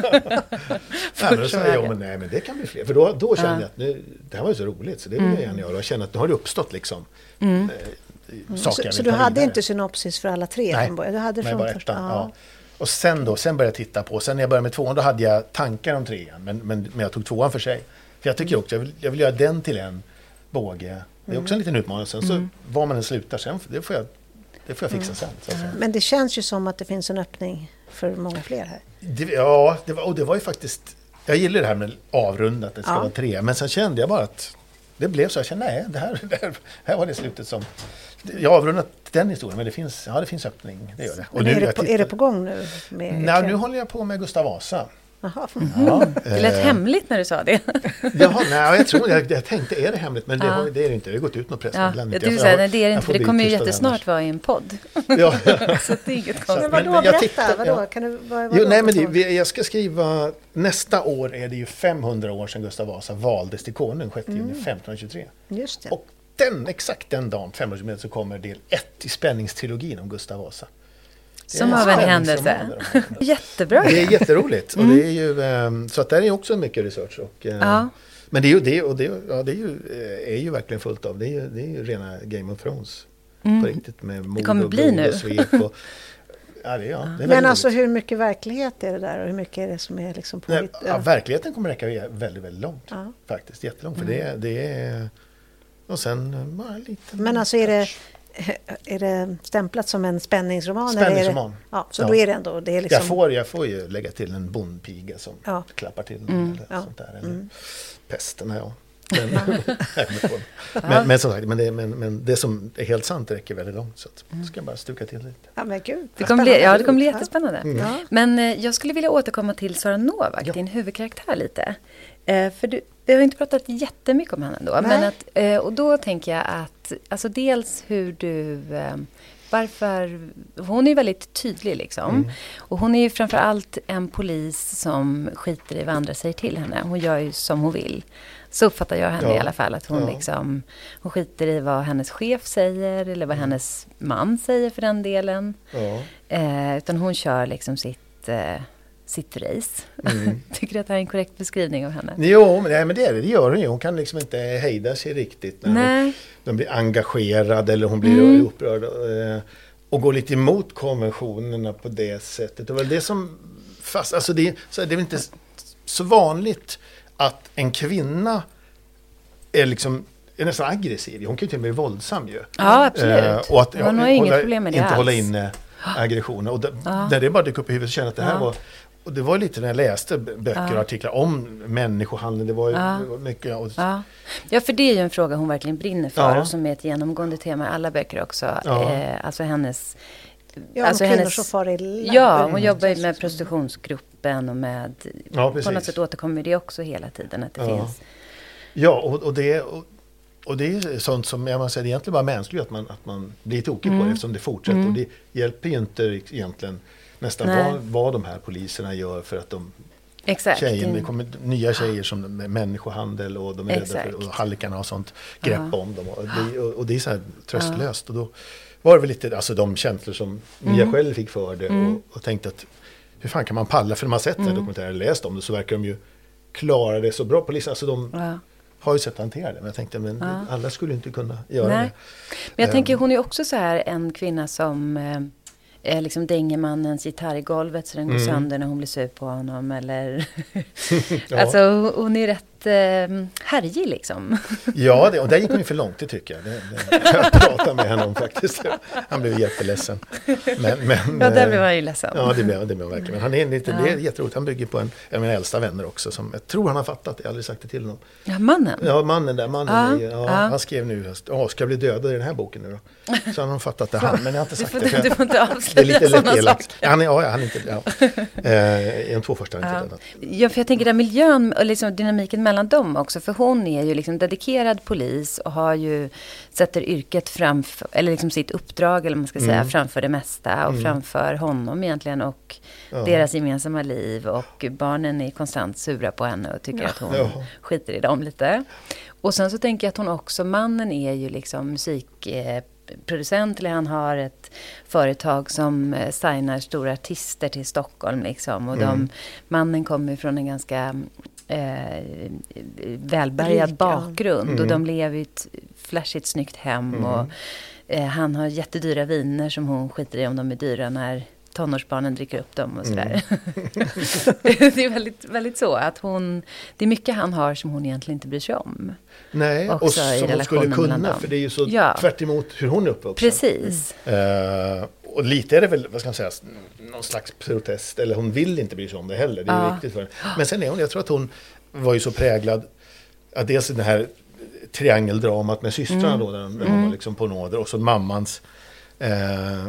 då sa jag, men nej, men det kan bli fler. För då, då kände ja. jag att nu, det här var ju så roligt, så det vill jag gärna göra. Och känna att nu har det uppstått liksom. Mm. Eh, saker så så du hade vidare. Inte synopsis för alla tre? Nej, du hade nej från bara första, ettan. ja. Ja. Och sen då, sen började jag titta på, sen när jag började med tvåan, då hade jag tankar om trean, men, men, men jag tog tvåan för sig. För jag tycker också, jag vill, jag vill göra den till en båge. Det är också en liten utmaning. Sen så mm. var man än slutar sen, det får jag, det får jag fixa mm. sen. Så att säga. Men det känns ju som att det finns en öppning för många fler här. Det, ja, det var, och det var ju faktiskt, jag gillar det här med avrundat, att det ska ja. vara tre. Men sen kände jag bara att det blev så, jag kände nej, det här, det här, här var det slutet som... Jag har avrundat den historien, men det finns, ja, det finns öppning, det gör det. Och nu, är, det på, är det på gång nu? Med nej, nu håller jag på med Gustav Vasa. Jaha. Ja, det lät äh, hemligt när du sa det. Jaha, nej, jag tror jag, jag tänkte, är det hemligt? Men det, ja. har, det är det inte, det har gått ut något pressmeddelande. Ja, du säger, nej, det är det inte, för det kommer ju jättesnart vara i en podd. Ja. Så det är inget konstigt. Men vadå, men berätta, tittade, vadå? Ja. Kan du, vad, vadå, jo, nej, men det, jag ska skriva, nästa år är det ju femhundra år sedan Gustav Vasa valdes till konung, sjätte juni mm. femtonhundratjugotre. Just det. Och den, exakt den dagen, femhundra så kommer del ett i spänningstrilogin om Gustav Vasa. Som av en händelse. Jättebra. Det är jätteroligt. Mm. Och det är ju, um, så att där är också mycket research. Och, uh, ja. Men det är ju, det, och det, ja, det är, ju, är ju verkligen fullt av. Det är ju, det är ju rena Game of Thrones. Mm. På riktigt med mord det kommer och bli nu. Och svek och, ja, det, ja, det är men alltså roligt. Hur mycket verklighet är det där? Och hur mycket är det som är liksom på... Nej, ja, verkligheten kommer räcka väldigt, väldigt långt. Ja. Faktiskt, jättelångt. För mm. det, det är... Och sen bara lite... Men alltså är det... är det stämplat som en spänningsroman? Spänningsroman. Eller är det, ja, så ja. då är det ändå... Det är liksom... jag, får, jag får ju lägga till en bondpiga som ja. klappar till mm. eller ja. sånt där. Eller mm. pesten, ja. Men, men, men som sagt, men det, men, men det som är helt sant räcker väldigt långt. Så att, mm. ska jag bara stuka till lite. Ja, men gud. Det kommer bli, ja, det kommer bli jättespännande. Mm. Ja. Men eh, jag skulle vilja återkomma till Sara Novak, ja. din huvudkaraktär lite. Eh, för du, vi har inte pratat jättemycket om henne då. Men att, eh, och då tänker jag att, alltså dels hur du... Eh, varför, hon är väldigt tydlig liksom. Mm. Och hon är ju framförallt en polis som skiter i vad andra säger till henne. Hon gör ju som hon vill. Så uppfattar jag henne ja. i alla fall. Att hon, ja. liksom, hon skiter i vad hennes chef säger. Eller vad mm. hennes man säger för den delen. Ja. Eh, utan hon kör liksom sitt, eh, sitt race. Mm. Tycker du att det här är en korrekt beskrivning av henne? Jo, men, nej, men det, är det, det gör hon ju. Hon kan liksom inte hejda sig riktigt. När nej. Hon, hon blir engagerad eller hon blir mm. upprörd. Eh, och går lite emot konventionerna på det sättet. Det var det som... Fast, alltså det, så det är väl inte så vanligt att en kvinna är liksom är nästan aggressiv. Hon kan ju till och med bli våldsam ju. Ja, absolut. Eh, och att man har ja, inget hålla, problem med det inte alls. hålla inne aggressioner. Och där, ja. där det bara dök upp i huvudet så kände att det här ja. var... Och det var lite när jag läste böcker ja. och artiklar om människohandel. Det var ju ja. det var mycket... Och, ja. ja, för det är ju en fråga hon verkligen brinner för. Ja. Och som är ett genomgående tema i alla böcker också. Ja. Eh, alltså hennes... Ja, alltså kvinnor hennes, som far illa. Ja, hon jobbar ju med prostitutionsgruppen och med... Ja, på något sätt återkommer det också hela tiden att det ja. finns. Ja, och, och det... Och, Och det är sånt som jag säger, det är egentligen bara mänskligt att man, att man blir tokig mm. på det eftersom det fortsätter. Mm. Och det hjälper ju inte egentligen nästan vad, vad de här poliserna gör för att de... Exakt. Tjejer, det kommer nya tjejer som med människohandel och de är rädda för och hallikarna och sånt grepp uh-huh. om dem. Och det, och, och det är så här tröstlöst. Uh-huh. Och då var det väl lite alltså, de känslor som mm. jag själv fick för det mm. och, och tänkte att hur fan kan man palla? För när man sett mm. den här dokumentären och läst om det så verkar de ju klara det så bra. Polisen, alltså de... Uh-huh. har ju sett hantera det. Men jag tänkte, men ja. alla skulle inte kunna göra Nej. det. Men jag um. tänker, hon är också så här en kvinna som eh, liksom dänger mannens gitarr i golvet så den går mm. sönder när hon blir sur på honom. Eller ja. Alltså hon är rätt eh, härlig liksom. Ja, det, och där gick hon ju för långt, det tycker jag. Det, det, jag pratade med henne om faktiskt. Han blev jätteledsen. Men, men, ja, där blev han ju ledsen. Ja, det blev, det blev verkligen. Men han är lite, ja. det är jätteroligt. Han bygger på en av mina äldsta vänner också. Som jag tror han har fattat, jag har aldrig sagt det till honom. Ja, mannen? Ja, mannen där. Mannen ja. är, ja, ja. Han skrev nu, ja, ska jag bli dödad i den här boken nu då? Så han har fattat det han, men jag har inte sagt du får, det. Du får inte avslöja det är sådana saker. Ja, han är, ja, han är inte, ja. Eh, I de två första har inte ja. ja, för jag tänker den miljön och liksom dynamiken mellan dem också. För hon är ju liksom dedikerad polis och har ju sätter yrket framför, eller liksom sitt uppdrag eller man ska säga, mm. framför det mesta och mm. framför honom egentligen och ja. deras gemensamma liv och barnen är konstant sura på henne och tycker ja. att hon ja. skiter i dem lite. Och sen så tänker jag att hon också, mannen är ju liksom musikproducent eller han har ett företag som signar stora artister till Stockholm liksom och mm. de, mannen kommer från en ganska Eh, välbärgad Rik, bakgrund mm. och de lever i ett flashigt snyggt hem mm. och eh, han har jättedyra viner som hon skiter i om de är dyra när tonårsbarnen dricker upp dem och sådär. Mm. Det är väldigt, väldigt så att hon, det är mycket han har som hon egentligen inte bryr sig om. Nej, också och som hon skulle kunna för det är ju så ja. tvärt emot hur hon är uppvuxen. Precis. Mm. Uh, och lite är det väl, vad ska man säga, någon slags protest, eller hon vill inte bry sig om det heller, det är ja. ju viktigt för henne. Men sen är hon, jag tror att hon var ju så präglad att dels det här triangeldramat med systrarna mm. då, där hon mm. var liksom på nåder, och så mammans eh, eh,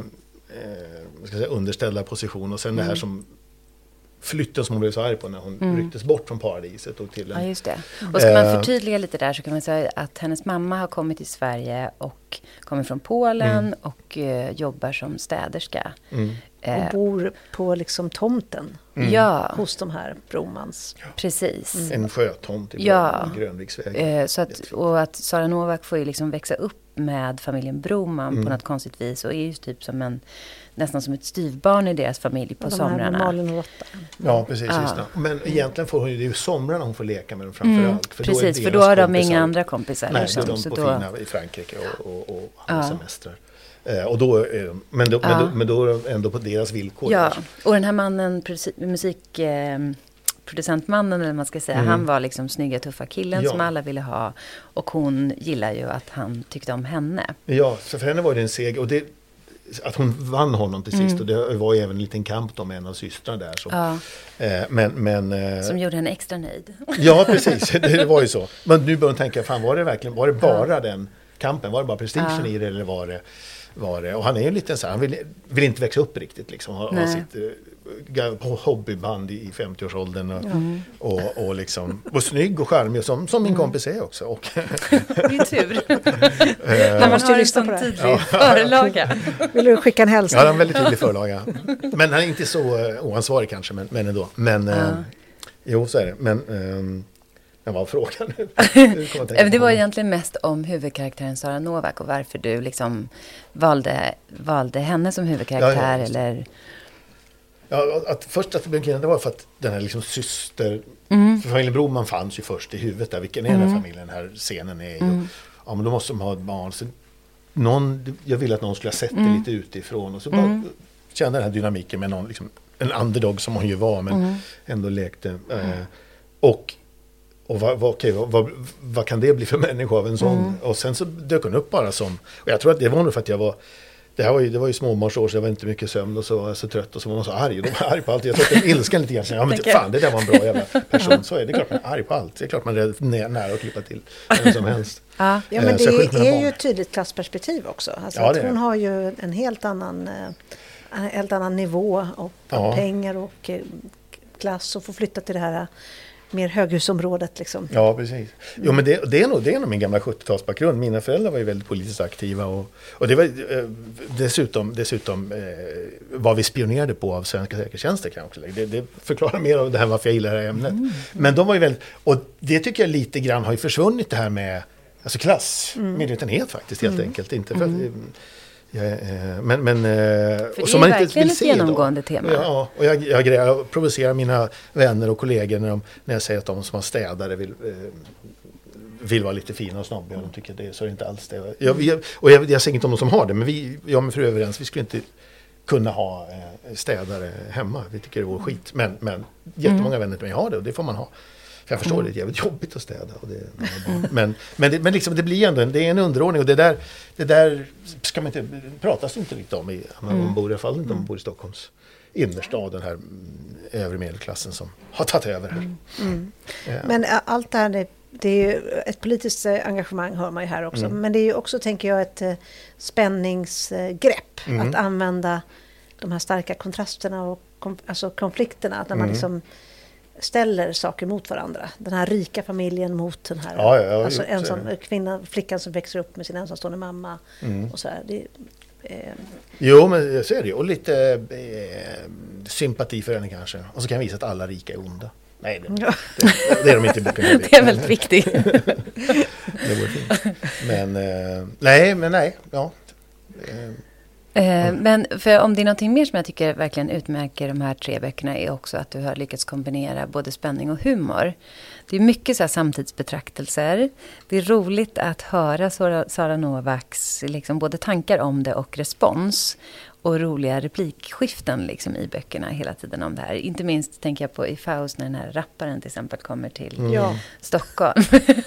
ska säga, underställda position, och sen mm. det här som flytten som hon blev så arg på när hon mm. rycktes bort från paradiset och till en... Ja, just det. Och ska man förtydliga lite där så kan man säga att hennes mamma har kommit till Sverige och kommer från Polen mm. och uh, jobbar som städerska. Mm. Uh, och bor på liksom tomten mm. ja. hos de här Bromans. Ja. Precis. Mm. En sjötomt i ja. Grönviksvägen. Uh, så att, och att Sara Novak får ju liksom växa upp med familjen Broman mm. på något konstigt vis och är ju typ som en nästan som ett styvbarn i deras familj på de somrarna. Malin och Lotta. Ja, precis. Ja. Men egentligen får hon ju, det är ju somrarna hon får leka med dem framförallt. Mm, för precis, då för då har de inga andra kompisar. Nej, liksom, då är de så på då... fina i Frankrike och, och, och alla ja. semestrar. Eh, och då, eh, men, då, ja. men, då, men då är de ändå på deras villkor. Ja, och den här mannen, musik... Eh, producentmannen eller man ska säga. Mm. Han var liksom snygga, tuffa killen ja. som alla ville ha. Och hon gillar ju att han tyckte om henne. Ja, så för henne var det en seger. Och det, att hon vann honom till sist. Mm. Och det var ju även en liten kamp om en av systrarna där. Så. Ja. Eh, men, men, eh, som gjorde henne extra nöjd. Ja, precis. Det, det var ju så. Men nu börjar man tänka, fan var det verkligen, var det bara ja. den kampen? Var det bara prestigen ja. i det eller var det, var det? Och han är ju lite så här, han vill, vill inte växa upp riktigt liksom. Han har sitt uh, hobbyband i femtioårsåldern och, mm. och, och liksom, och snygg och charmig som, som min mm. kompis är också. Och din tur. Han måste ju lyssna på det. Tydlig förlaga. Vill du skicka en hälsning? Ja, han är en väldigt tydlig förlaga. Men han är inte så uh, oansvarig kanske, men, men ändå. Men, uh, ja. jo, så är det. Men... Um, Jag var frågan nu. Det var egentligen mest om huvudkaraktären Sara Novak och varför du liksom valde, valde henne som huvudkaraktär. Ja, ja, eller... ja, att först att det blev kvinna, det var för att den här liksom syster, mm. för familjen Broman fanns ju först i huvudet där. Vilken är mm. den här familjen, den här scenen är ju. Mm. Ja, men då måste de ha ett barn. Så någon, jag ville att någon skulle ha sett mm. det lite utifrån och så bara mm. kände den här dynamiken med någon, liksom, en underdog som hon ju var, men mm. ändå lekte. Mm. Eh, och Och vad, vad, okay, vad, vad, vad kan det bli för människa av en sån? Mm. Och sen så dök hon upp bara som... Och jag tror att det var nog för att jag var... Det här var ju, det var ju småbarnsår så jag var inte mycket sömn och så var jag så trött och så var man så arg. Och de var arg på allt. Jag tror att de ilskan lite grann. Ja men fan, det där var en bra jävla person. Så är det, det är klart man är arg på allt. Det är klart man är nära, nära att klippa till vem som helst. Ja, ja men det är ju ett tydligt klassperspektiv också. Alltså ja, att hon har ju en helt annan, en helt annan nivå och ja. pengar och klass och får flytta till det här... mer höghusområdet liksom. Ja, precis. Jo, men det, det, är nog, det är nog min gamla sjuttiotalsbakgrund. Mina föräldrar var ju väldigt politiskt aktiva och, och det var eh, dessutom, dessutom eh, vad vi spionerade på av svenska säkerhetstjänster kan jag också lägga. Det, det förklarar mer av det här varför jag gillar det här ämnet. Mm. Men de var ju väldigt, och det tycker jag lite grann har ju försvunnit det här med alltså klass, mm. medvetenhet faktiskt helt mm. enkelt. Inte för att, mm. Ja, men, men, för och som man inte vill se ett genomgående då. Tema. Ja, och jag, jag, jag provocerar mina vänner och kollegor när, de, när jag säger att de som har städare vill, eh, vill vara lite fina och snabbiga. De tycker det, så är det inte alls det. Jag, jag, och jag, jag säger inte om de som har det, men vi, jag med fru är överens, vi skulle inte kunna ha eh, städare hemma. Vi tycker det vore skit. Men, men jättemånga mm. vänner till mig har det och det får man ha. För jag förstår mm. det, det är jävligt jobbigt att städa. Och det, men men, det, men liksom, det blir ändå en, det är en underordning. Och det där, det där ska man inte, pratas inte riktigt om i, om man bor, i alla fall inte om man bor i Stockholms innerstad. Den här övre medelklassen som har tagit över här. Mm. Mm. Ja. Men allt det här, det, det är ju ett politiskt engagemang hör man ju här också. Mm. Men det är ju också, tänker jag, ett spänningsgrepp. Mm. Att använda de här starka kontrasterna och kom, alltså konflikterna. När man mm. liksom... ställer saker mot varandra. Den här rika familjen mot den här ja, ja, alltså ensam, kvinna, flickan som växer upp med sin ensamstående mamma. Mm. Och så här. Det, eh. Jo, men jag ser det. Och lite eh, sympati för henne kanske. Och så kan jag visa att alla rika är onda. Nej, det, ja. det, det är de inte i boken. Det är väldigt viktigt. Det vore fint. Men, eh, nej, men nej. Ja. Eh. Mm. Men för om det är någonting mer som jag tycker verkligen utmärker de här tre böckerna är också att du har lyckats kombinera både spänning och humor. Det är mycket så här samtidsbetraktelser. Det är roligt att höra Sara, Sara Novaks liksom både tankar om det och respons. Och roliga replikskiften liksom i böckerna hela tiden om det här. Inte minst tänker jag på i Faust när den här rapparen till exempel kommer till mm. Stockholm.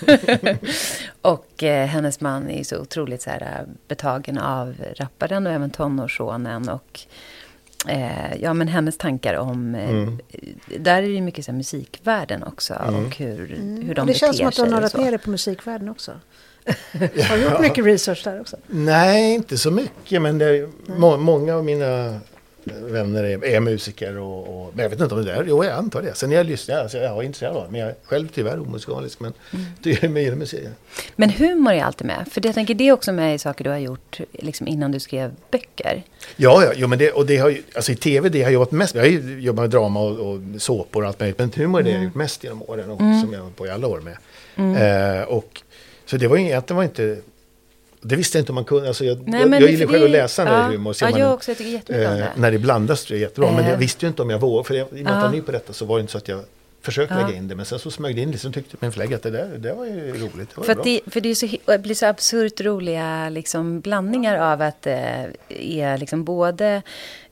och eh, hennes man är så otroligt så här, betagen av rapparen och även tonårssonen. Och eh, ja, men hennes tankar om... Eh, mm. Där är det ju mycket så här, musikvärlden också. Mm. Och hur, mm. hur de det beter sig. Det känns som att du har nördat ner dig på musikvärlden också. Har du gjort mycket research där också? Nej, inte så mycket. Men det är, må, många av mina vänner är, är musiker. Och, och, men jag vet inte om det är. Jo, jag antar det. Sen jag lyssnar, alltså, jag är intresserad av det. Men jag är själv tyvärr omusikalisk. Men mm. det är med musik. Men humor är alltid med. För det, jag tänker, det är också med i saker du har gjort liksom, innan du skrev böcker. Ja, ja jo, men det, och det har ju, alltså i tv det har jag jobbat mest med. Jag har ju jobbat med drama och, och såpor och allt möjligt. Men humor är det mm. jag har gjort mest genom åren. Och, mm. som jag har på i alla år med. Mm. Eh, och så det var ju det var inte det visste jag inte om man kunde alltså jag Nej, jag, jag gillar själv att läsa när ja, det humor ja, man, jag också tycker jättemycket om det. När det blandas det är jättebra äh. men jag visste ju inte om jag vågade för jag, i och med att jag var ny på detta så var det inte så att jag försökte ja. lägga in det men sen så smög det in liksom tyckte min förläggare att det där det var ju roligt det var för bra. det för det är så det blir så absurt roliga liksom blandningar av att det är liksom både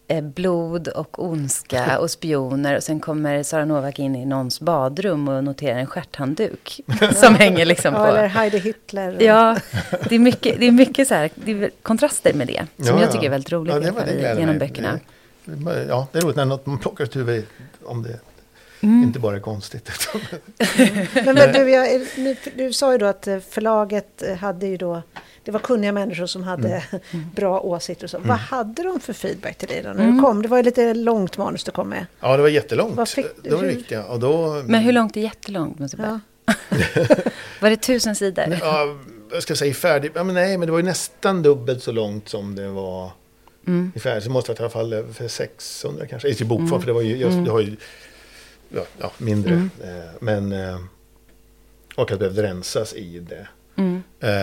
eh, blod och ondska och spioner. Och sen kommer Sara Novak in i någons badrum och noterar en stjärthandduk som hänger liksom på. Ja, eller Heidi Hitler. Och... Ja, det är mycket, det är mycket så här, det är kontraster med det. Som ja, jag tycker är väldigt roligt ja, det var det genom böckerna. Det, ja, det är roligt när något man plockar ett huvud om det. Mm. Inte bara är konstigt. men, men du, jag, nu, du sa ju då att förlaget hade ju då, det var kunniga människor som hade mm. bra åsikter och så. Mm. Vad hade de för feedback till dig då när mm. du kom? Det var ju lite långt manus du kom med. Ja, det var jättelångt. Fick, det var det viktiga. Och då, men hur långt är jättelångt? Måste jag ja. Var det tusen sidor? Ja, jag ska säga färdig. Ja, men nej, men det var ju nästan dubbelt så långt som det var mm. i färdig. Så måste det i alla fall för sexhundra kanske. I bokform, mm. för det var ju, just, mm. det har ju Ja, ja, mindre. Mm. Eh, men eh, och att det behövde rensas i det. Mm.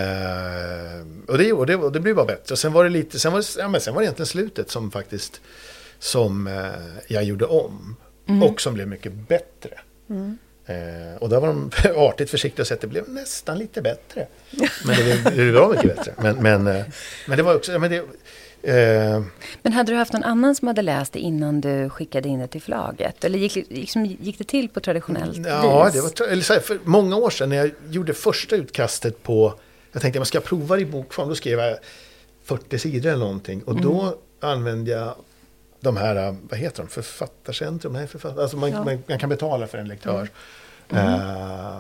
Eh, och det och det och det blev bara bättre. Och sen var det lite sen var det, ja, men sen var det egentligen slutet som faktiskt som eh, jag gjorde om mm. och som blev mycket bättre. Mm. Eh, och där var de artigt försiktiga och sa att det blev nästan lite bättre. Men det, det var mycket bättre. Men men eh, men det var också men det Eh, Men hade du haft någon annan som hade läst det innan du skickade in det till förlaget? Eller gick, liksom, gick det till på traditionellt ja, vis? Det var, eller så här, för många år sedan när jag gjorde första utkastet på... Jag tänkte att man ska prova det i bokform. Då skrev jag fyrtio sidor eller någonting. Och mm. då använde jag de här, vad heter de? Författarcentrum? Nej, författ, alltså man, ja. man, man kan betala för en lektör. Mm. Uh,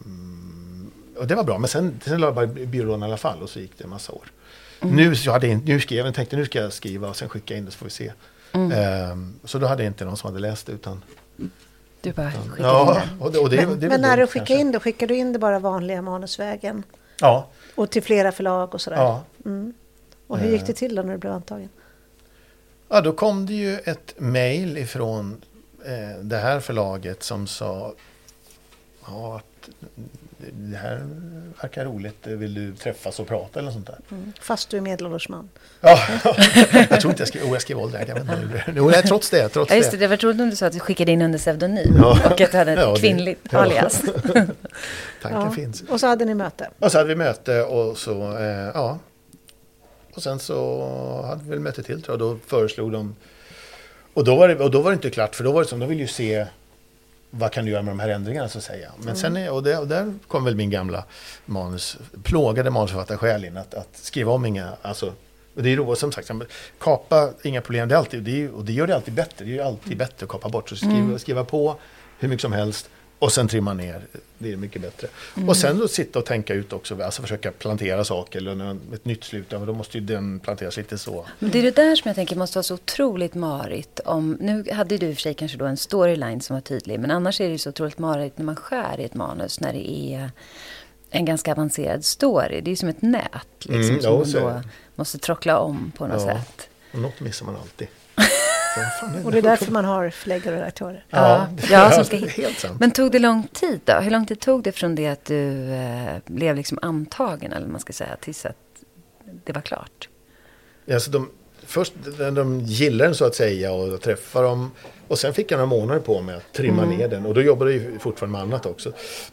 och det var bra. Men sen, sen la jag bara i byrån i alla fall. Och så gick det en massa år. Mm. Nu, så hade jag, nu skrev jag tänkte nu ska jag skriva och sen skicka in det så får vi se. Mm. Um, så då hade jag inte någon som hade läst det utan... Du bara skickade ja, in och det. Och det, men det men när dumt, du skickade in det, skickade du in det bara vanliga manusvägen? Ja. Och till flera förlag och sådär? Ja. Mm. Och hur gick det till då när du blev antagen? Ja, då kom det ju ett mejl ifrån eh, det här förlaget som sa ja, att det här verkar roligt, vill du träffas och prata eller sånt där. Mm. Fast du är medelålders man. Ja, jag tror inte jag skrev, oh, jag skrev ålder, jag vet inte. Jo, nej, trots det, trots ja, just det. Det var troligt om du sa att du skickade in under pseudonym ja. och att du hade ett ja, kvinnligt det, alias. Ja. Tanken ja. finns. Och så hade ni möte. Och så hade vi möte och så, eh, ja. Och sen så hade vi väl möte till tror jag, då föreslog de, och då var det, och då var det inte klart, för då var det som, de vill ju se vad kan du göra med de här ändringarna så att säga. Men mm. sen är, och, det, och där kom väl min gamla manus, plågade manusförfattarsjäl in att, att skriva om inga, alltså, och det är roligt som sagt, kapa inga problem, det är alltid, det är, och det gör det alltid bättre, det är ju alltid mm. bättre att kapa bort, så skriva, mm. skriva på hur mycket som helst och sen trimma ner, det är mycket bättre. Mm. Och sen då sitta och tänka ut också, alltså försöka plantera saker, eller när ett nytt slut, då måste ju den planteras lite så. Men det är det där som jag tänker måste vara så otroligt marigt. Om, nu hade du i och för sig kanske då en storyline som var tydlig, men annars är det så otroligt marigt när man skär i ett manus, när det är en ganska avancerad story. Det är som ett nät liksom, mm, som man då måste trockla om på något ja, sätt. Och något missar man alltid. Och det är därför man har förläggare och redaktörer. Ja, ja, som ska... helt sant. Men tog det lång tid då? Hur lång tid tog det från det att du eh, blev liksom antagen, eller man ska säga, tills att det var klart? Ja, så de, först när de gillar den så att säga och träffar dem, och sen fick jag några månader på mig att trimma mm. ner den, och då jobbade jag ju fortfarande med annat också.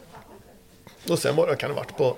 Och sen var det, kan det varit på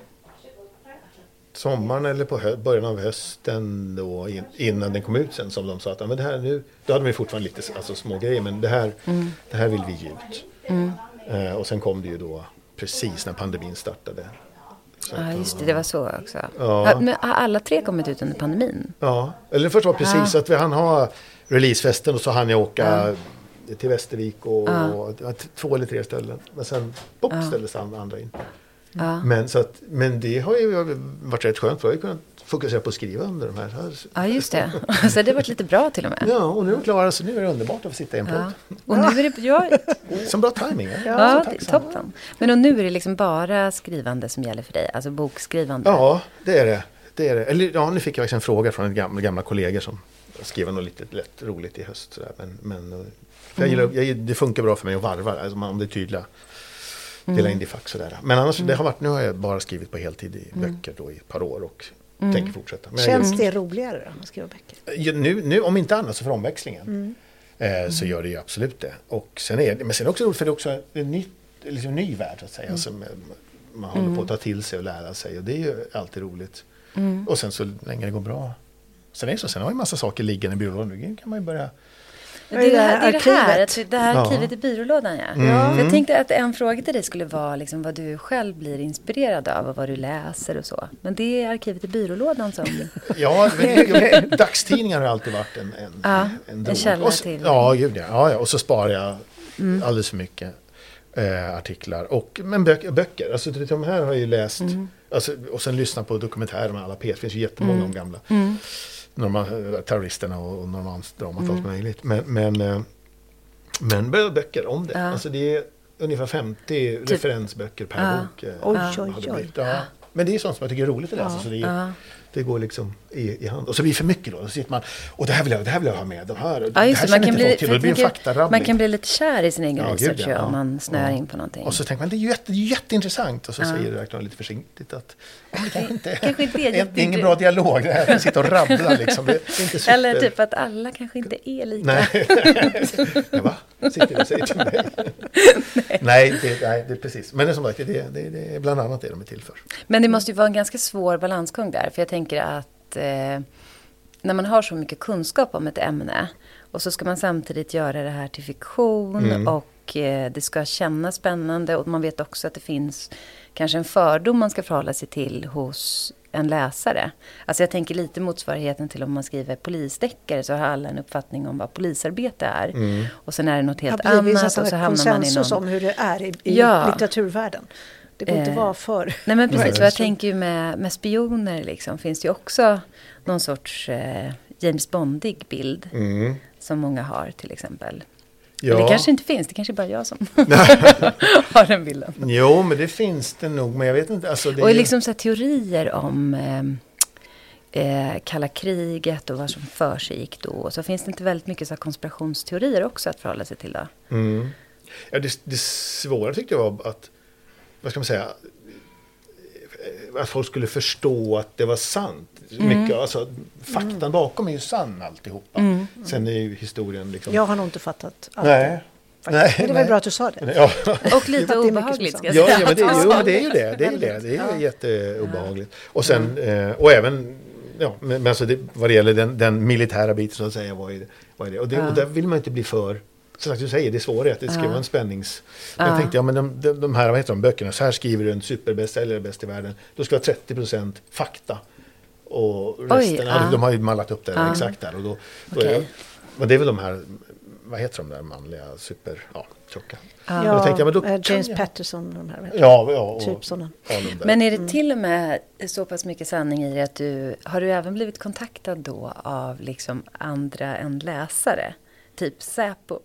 sommaren eller på hö- början av hösten då, in, innan den kom ut sen, som de sa att men det här nu, då hade vi fortfarande lite alltså, små grejer, men det här, mm. det här vill vi ge ut. Mm. Eh, och sen kom det ju då precis när pandemin startade. Så ja, just det, det var så också. Ja. Har, men har alla tre kommit ut under pandemin? Ja, eller först var precis ja. att vi hann ha releasefesten och så hann jag åka ja. till Västervik och, ja. och, och två eller tre ställen. Men sen pop, ja. ställdes andra in. Ja. Men, så att, men det har ju varit rätt skönt för jag har kunnat fokusera på att skriva under de här. Ja, just det. Så det har varit lite bra till och med. Ja, och nu är det klara, så nu är det underbart att få sitta i en podd. Ja. Och nu är det... Ja. Som bra timing. Ja, ja det är toppen. Men och nu är det liksom bara skrivande som gäller för dig? Alltså bokskrivande? Ja, det är det. det, är det. Eller, ja, nu fick jag en fråga från en gamla, gamla kollegor som skriver något lite lätt roligt i höst. Sådär. Men, men jag gillar, jag, det funkar bra för mig att varva, alltså, om det är tydliga. Dela Mm. in det fack sådär. Men annars, mm. det har varit, nu har jag bara skrivit på heltid i mm. böcker då i ett par år och mm. tänker fortsätta. Men känns jag, det roligare då, att skriva böcker? Nu, nu, om inte annat så för omväxlingen. Mm. Eh, så mm. gör det ju absolut det. Och sen är det, men sen är det också roligt för det är också en ny, liksom ny värld så att säga. Mm. Som man håller på att ta till sig och lära sig. Och det är ju alltid roligt. Mm. Och sen så länge det går bra Sen är det så, sen har vi massa saker liggande i byrålådan. Nu kan man ju börja... Det är det här, det, är det här, att det här arkivet i byrålådan, ja. Mm. För jag tänkte att en fråga till dig skulle vara liksom vad du själv blir inspirerad av och vad du läser och så. Men det är arkivet i byrålådan som... ja, men, dagstidningar har alltid varit en, en, ja, en, en källa så, till. Ja, gud, ja, ja, ja. Och så sparar jag mm. alldeles för mycket eh, artiklar. Och, men böcker, böcker. Alltså de här har jag ju läst. Mm. Alltså, och sen lyssna på dokumentärer med alla P. Det finns ju jättemånga mm. om gamla. Mm. Norma, terroristerna och Norrmalmsdramat och mm. allt möjligt. Men, men, men böcker om det. Ja. Alltså det är ungefär femtio typ. referensböcker per ja. bok. Oj, oj, oj. Ja. Men det är sånt som jag tycker är roligt att läsa. Ja. Så det, är, ja. det går liksom i, i hand. Och så blir det för mycket då. Då sitter man, och det här vill jag, det här vill jag ha med. De här, ja, just det här man kan bli, till. Det blir en faktarabbling. Man kan bli lite kär i sin egen ja, research gud, ja. om man snöar ja. in på någonting. Och så tänker man, det är ju jätte, jätteintressant. Och så ja. säger det verkligen lite försiktigt att oh, det kanske inte kanske inte är, det är ingen bra dialog. Det här att sitta och rabbla liksom. Det är inte super... Eller typ att alla kanske inte är lika. Nej, ja, va? Sitter du och säger till mig? nej, nej, det, nej, det är precis. Men det är som sagt, det, det, det är bland annat det de är till för. Men det måste ju vara en ganska svår balansgång där. För jag tänker att eh, när man har så mycket kunskap om ett ämne och så ska man samtidigt göra det här till fiktion mm. och eh, det ska kännas spännande och man vet också att det finns kanske en fördom man ska förhålla sig till hos en läsare. Alltså jag tänker lite motsvarigheten till om man skriver polisdeckare så har alla en uppfattning om vad polisarbete är. Mm. Och sen är det något helt annat och så hamnar man i någon... om hur det är i, i ja. litteraturvärlden. Det får eh, inte vara för... Nej men precis, och jag tänker ju med, med spioner liksom, finns det ju också någon sorts eh, James Bondig bild mm. som många har till exempel. Ja. Men det kanske inte finns, det kanske bara jag som har den bilden. Jo, men det finns det nog, men jag vet inte. Alltså det och är... liksom så här teorier om eh, eh, kalla kriget och vad som för sig gick då. Så finns det inte väldigt mycket så här konspirationsteorier också att förhålla sig till då? Mm. Ja, det, det svåra tyckte jag var att, vad ska man säga, att folk skulle förstå att det var sant. Mm. Mycket, alltså, faktan mm. bakom är ju sann alltihopa. Mm. Sen är ju historien liksom... Jag har nog inte fattat allt. Nej. Nej, men det var nej. bra att du sa det. Ja. Och lite obehagligt ska jag säga. säga. Ja, men det, jo, men det är ju det. Det är ju det. Det är ju jätteobehagligt. Och sen, mm. och även, ja, men alltså det, vad det gäller den, den militära biten så att säga, vad är det? Vad är det? Och, det, ja. och där vill man inte bli för... Så att du säger, det är svårt att det ska ja. vara en spännings... Ja. Jag tänkte, ja men de, de, de här, vad heter de, böckerna, så här skriver du en superbestseller bäst i världen. Då ska det vara trettio procent fakta. Och resten, Oj, ja. Ja, de har ju mallat upp det ja. exakt där. Och då, då okay. är det, men det är väl de här, vad heter de där manliga, super, ja, tjocka. Ja, ja tänkte jag, men då James jag... Patterson, de här. Ja, ja. Och, typ sådana. Men är det till och med så pass mycket sanning i det att du, har du även blivit kontaktad då av liksom andra än läsare? Typ Säpo.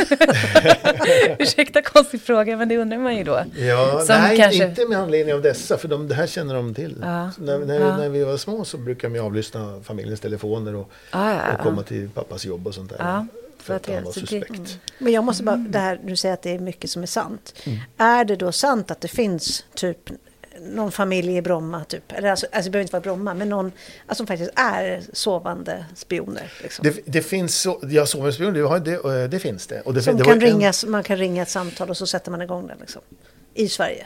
Ursäkta konstig fråga, men det undrar man ju då. Ja, Som nej, kanske... inte med anledning av dessa, för de, det här känner de till. Ja. När, när, ja. när vi var små så brukade vi avlyssna familjens telefoner och, ja, ja, ja. och komma till pappas jobb och sånt där. Ja. För att han var suspekt. Mm. Men jag måste bara, det här, du säger att det är mycket som är sant. Mm. Är det då sant att det finns typ någon familj i Bromma typ, eller alltså, alltså det behöver inte vara Bromma, men någon alltså, som faktiskt är sovande spioner liksom. det, det finns så, ja, sovande spioner, det, det, det finns det, och det, som det kan ringas, en... man kan ringa ett samtal och så sätter man igång den liksom, i Sverige.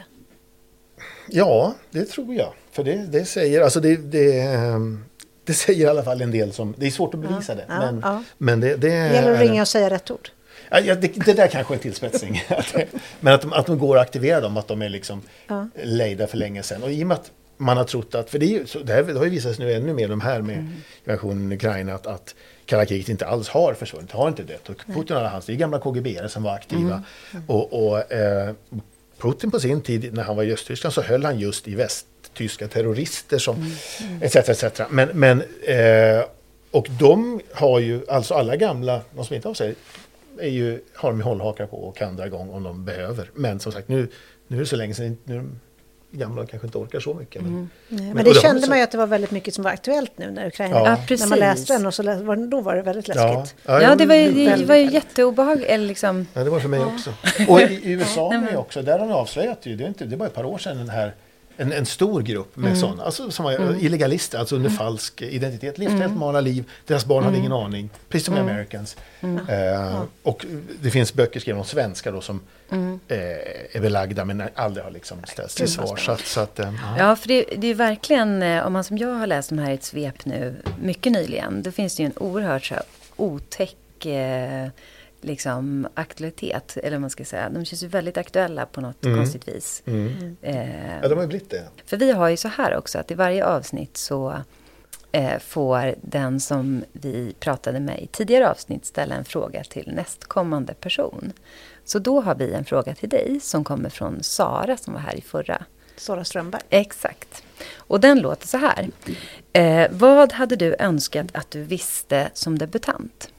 Ja, det tror jag, för det, det säger alltså det, det, det säger i alla fall en del som, det är svårt att bevisa ja, det, ja, men, ja. men det, det, det gäller att ringa och säga rätt ord. Ja, det, det där kanske är en tillspetsning. Men att de, att de går att aktivera dem, att de är liksom ja. lejda för länge sedan. Och i och med att man har trott att, för det, är ju, så det, här, det har ju visat sig nu ännu mer de här med invasionen i Ukraina, att, att kalla kriget inte alls har försvunnit, har inte dött. Och Putin och alla hans, det är gamla K G B-are som var aktiva. Mm. Mm. Och, och eh, Putin på sin tid, när han var i Östtyskland, så höll han just i västtyska terrorister som mm. Mm. et cetera et cetera. Men, men eh, och de har ju, alltså alla gamla, de som inte har sig, är ju, har de hållhakar på och kan dra igång om de behöver. Men som sagt, nu, nu är det så länge sedan, nu är de gamla kanske inte orkar så mycket. Men, mm. men, men det kände man ju att det var väldigt mycket som var aktuellt nu när Ukraina, ja. Ja, när man läste den och så läste, då var det väldigt läskigt. Ja, ja det var ju, det var ju jätteobehagligt. Liksom. Ja, det var för mig ja. också. Och i, i U S A ja. också, där har de avslöjat ju, det är, inte, det är bara ett par år sedan den här en, en stor grupp med mm. sådana, alltså som var mm. illegalister, alltså under mm. falsk identitet, levde helt normala liv, deras barn hade mm. ingen aning, precis som mm. Americans. Mm. Eh, ja. Och det finns böcker skrivna om svenskar då som mm. eh, är belagda men aldrig har liksom ställts till svar. Så att, så att, eh, ja, för det, det är verkligen, om man som jag har läst de här i ett svep nu, mycket nyligen, då finns det ju en oerhört så här, otäck eh, liksom aktualitet, eller vad man ska säga. De känns ju väldigt aktuella på något mm. konstigt vis. Mm. Eh, ja, de har ju blivit det. För vi har ju så här också, att i varje avsnitt så eh, får den som vi pratade med i tidigare avsnitt ställa en fråga till nästkommande person. Så då har vi en fråga till dig som kommer från Sara som var här i förra. Sara Strömberg. Exakt. Och den låter så här. Eh, vad hade du önskat att du visste som debutant?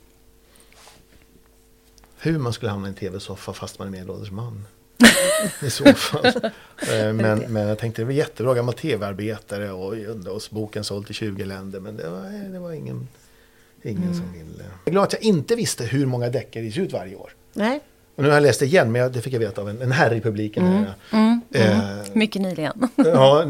Hur man skulle hamna i en tv-soffa fast man är medelålders man. I så fall. men, men jag tänkte det var jättebra gammal tv-arbetare och oss boken sålt i tjugo länder. Men det var, det var ingen, ingen mm. som ville. Jag är glad att jag inte visste hur många deckare det ges ut varje år. Nej. Och nu har jag läst det igen, men jag, det fick jag veta av en, en herre i publiken. Mm. Här, mm. Eh, mm. Mycket nyligen. ja,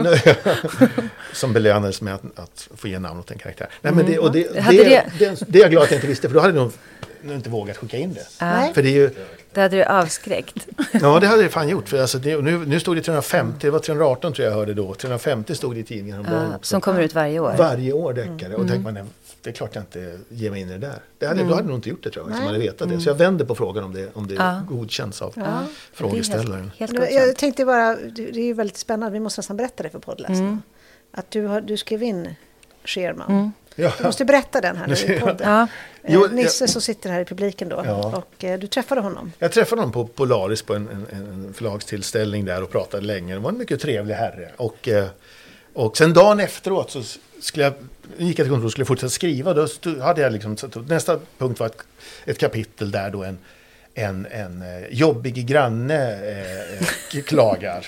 som belönades med att, att få ge namn åt en karaktär. Nej, men det, och det, det, det, det, det, det är jag glad att jag inte visste, för då hade jag nog inte vågat skicka in det. Nej. För det är ju... Det hade du avskräckt. Ja, det hade jag fan gjort. För alltså det, nu, nu stod det trehundrafemtio, det var trehundraarton tror jag hörde då. trehundrafemtio stod det i tidningen. Ja, som kommer ut varje år. Varje år deckare. Mm. Och tänkte man, det är klart jag inte ger mig in i det där. Det hade, mm. Då hade jag nog inte gjort det tror jag, som hade vetat mm. det. Så jag vände på frågan om det, om det ja. godkänns av ja. frågeställaren. Helt, helt jag tänkte bara, det är ju väldigt spännande, vi måste nästan berätta det för poddläsarna. Mm. Att du, har, du skrev in Scherman. Mm. Ja. Du måste berätta den här nu i podden. Ja. Eh, jo, Nisse jag, som sitter här i publiken då. Ja. Och eh, du träffade honom. Jag träffade honom på Polaris på en, en, en förlagstillställning där och pratade länge. Det var en mycket trevlig herre. Och, eh, och sen dagen efteråt så skulle jag, gick jag till kontoret och skulle fortsätta skriva. Då stod, hade jag liksom, nästa punkt var ett, ett kapitel där då en, en, en jobbig granne eh, klagar.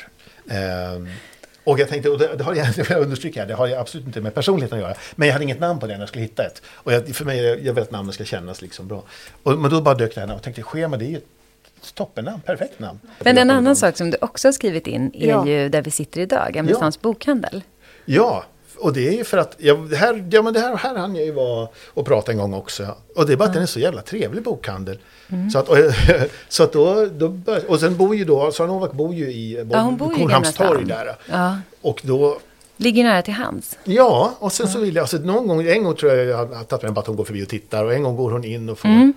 Eh, Och jag tänkte, och det, det har jag, jag understryka, det har jag absolut inte med personligheten att göra. Men jag hade inget namn på den, jag skulle hitta ett. Och jag, för mig, jag vill att namnet ska kännas liksom bra. Och, men då bara dök det här och tänkte, Schema, det är ju ett toppennamn, perfekt namn. Men en annan sak som du också har skrivit in är ja. ju där vi sitter idag, Gamlestans ja. bokhandel. Ja, och det är ju för att, ja, det här, ja men det här, här hann jag ju vara och prata en gång också. Och det är bara att mm. den är så jävla trevlig bokhandel. Mm. Så att, och, så att då, då bör, och sen bor ju då, Sara Novak bor ju i ja, Kornhamnstorg där. Ja. Och då... Ligger nära till hands. Ja, och sen ja. så vill jag, alltså någon gång, en gång tror jag jag har tagit med bara att hon går förbi och tittar. Och en gång går hon in och får, mm.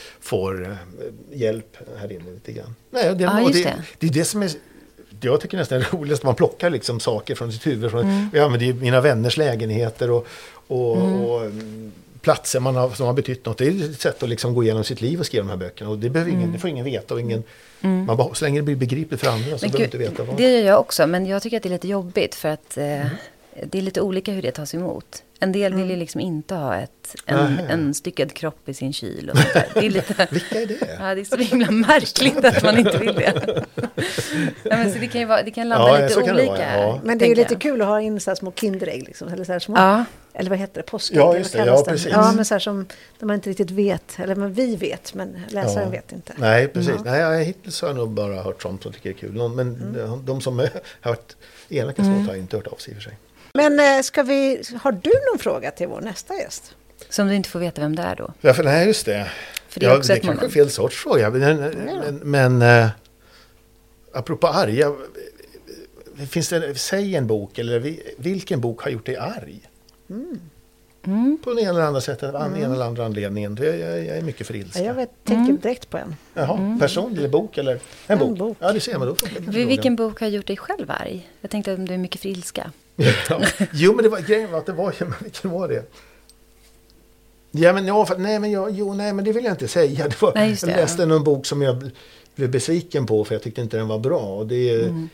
får uh, hjälp här inne lite grann. Nej, det, ja, och det, det, det är det som är... Jag tycker nästan det är roligast att man plockar liksom saker från sitt huvud. Från, mm. Jag använder mina vänners lägenheter och, och, mm. och platser man har, som har betytt något. Det är ett sätt att liksom gå igenom sitt liv och skriva de här böckerna. Och det, behöver ingen, mm. det får ingen veta. Och ingen, mm. man bara, så länge det blir begripligt för andra så behöver inte veta vad. Det gör jag också, men jag tycker att det är lite jobbigt för att eh, mm. det är lite olika hur det tas emot. En del vill ju liksom inte ha ett, en, en styckad kropp i sin kyl. Och sånt där. Det är lite, vilka är det? Ja, det är så himla märkligt att man inte vill det. Ja, men så det, kan ju vara, det kan landa ja, lite olika. Vara, ja. Men det är ju lite jag. kul att ha in så här små kinderägg. Liksom, eller, så här små, ja. eller vad heter det? Påskägg? Ja, just det. Ja, precis. Ja, men så här som där man inte riktigt vet. Eller men vi vet, men läsaren ja. vet inte. Nej, precis. Ja. Nej, jag hittills har jag nog bara hört sånt som tycker det är kul. Men mm. de som har hört elaka mm. smått har inte hört av sig i och för sig. Men ska vi, har du någon fråga till vår nästa gäst? Som du inte får veta vem det är då? Ja, för, nej, just det. För det är, ja, också det är ett kanske fel sorts fråga. Men, men, men äh, apropå arga, finns det, säg en bok, eller vilken bok har gjort dig arg? Mm. Mm. På en eller andra sätt, av mm. en eller andra anledningen. Jag, jag, jag är mycket för ilska. Jag vet, tänker mm. direkt på en. Jaha, mm. person eller bok? Eller en, en bok. bok? Ja, det ser man då. Vilken bok har gjort dig själv arg? Jag tänkte att du är mycket för ilska. Ja. Jo, men det var grejen var att det var, ja, men vilken var det? Ja, men ja, för, nej, men jag, jo, nej, men det vill jag inte säga. Det var, nej, just det, jag läste ja. någon bok som jag blev besviken på för jag tyckte inte den var bra. Och det är, mm.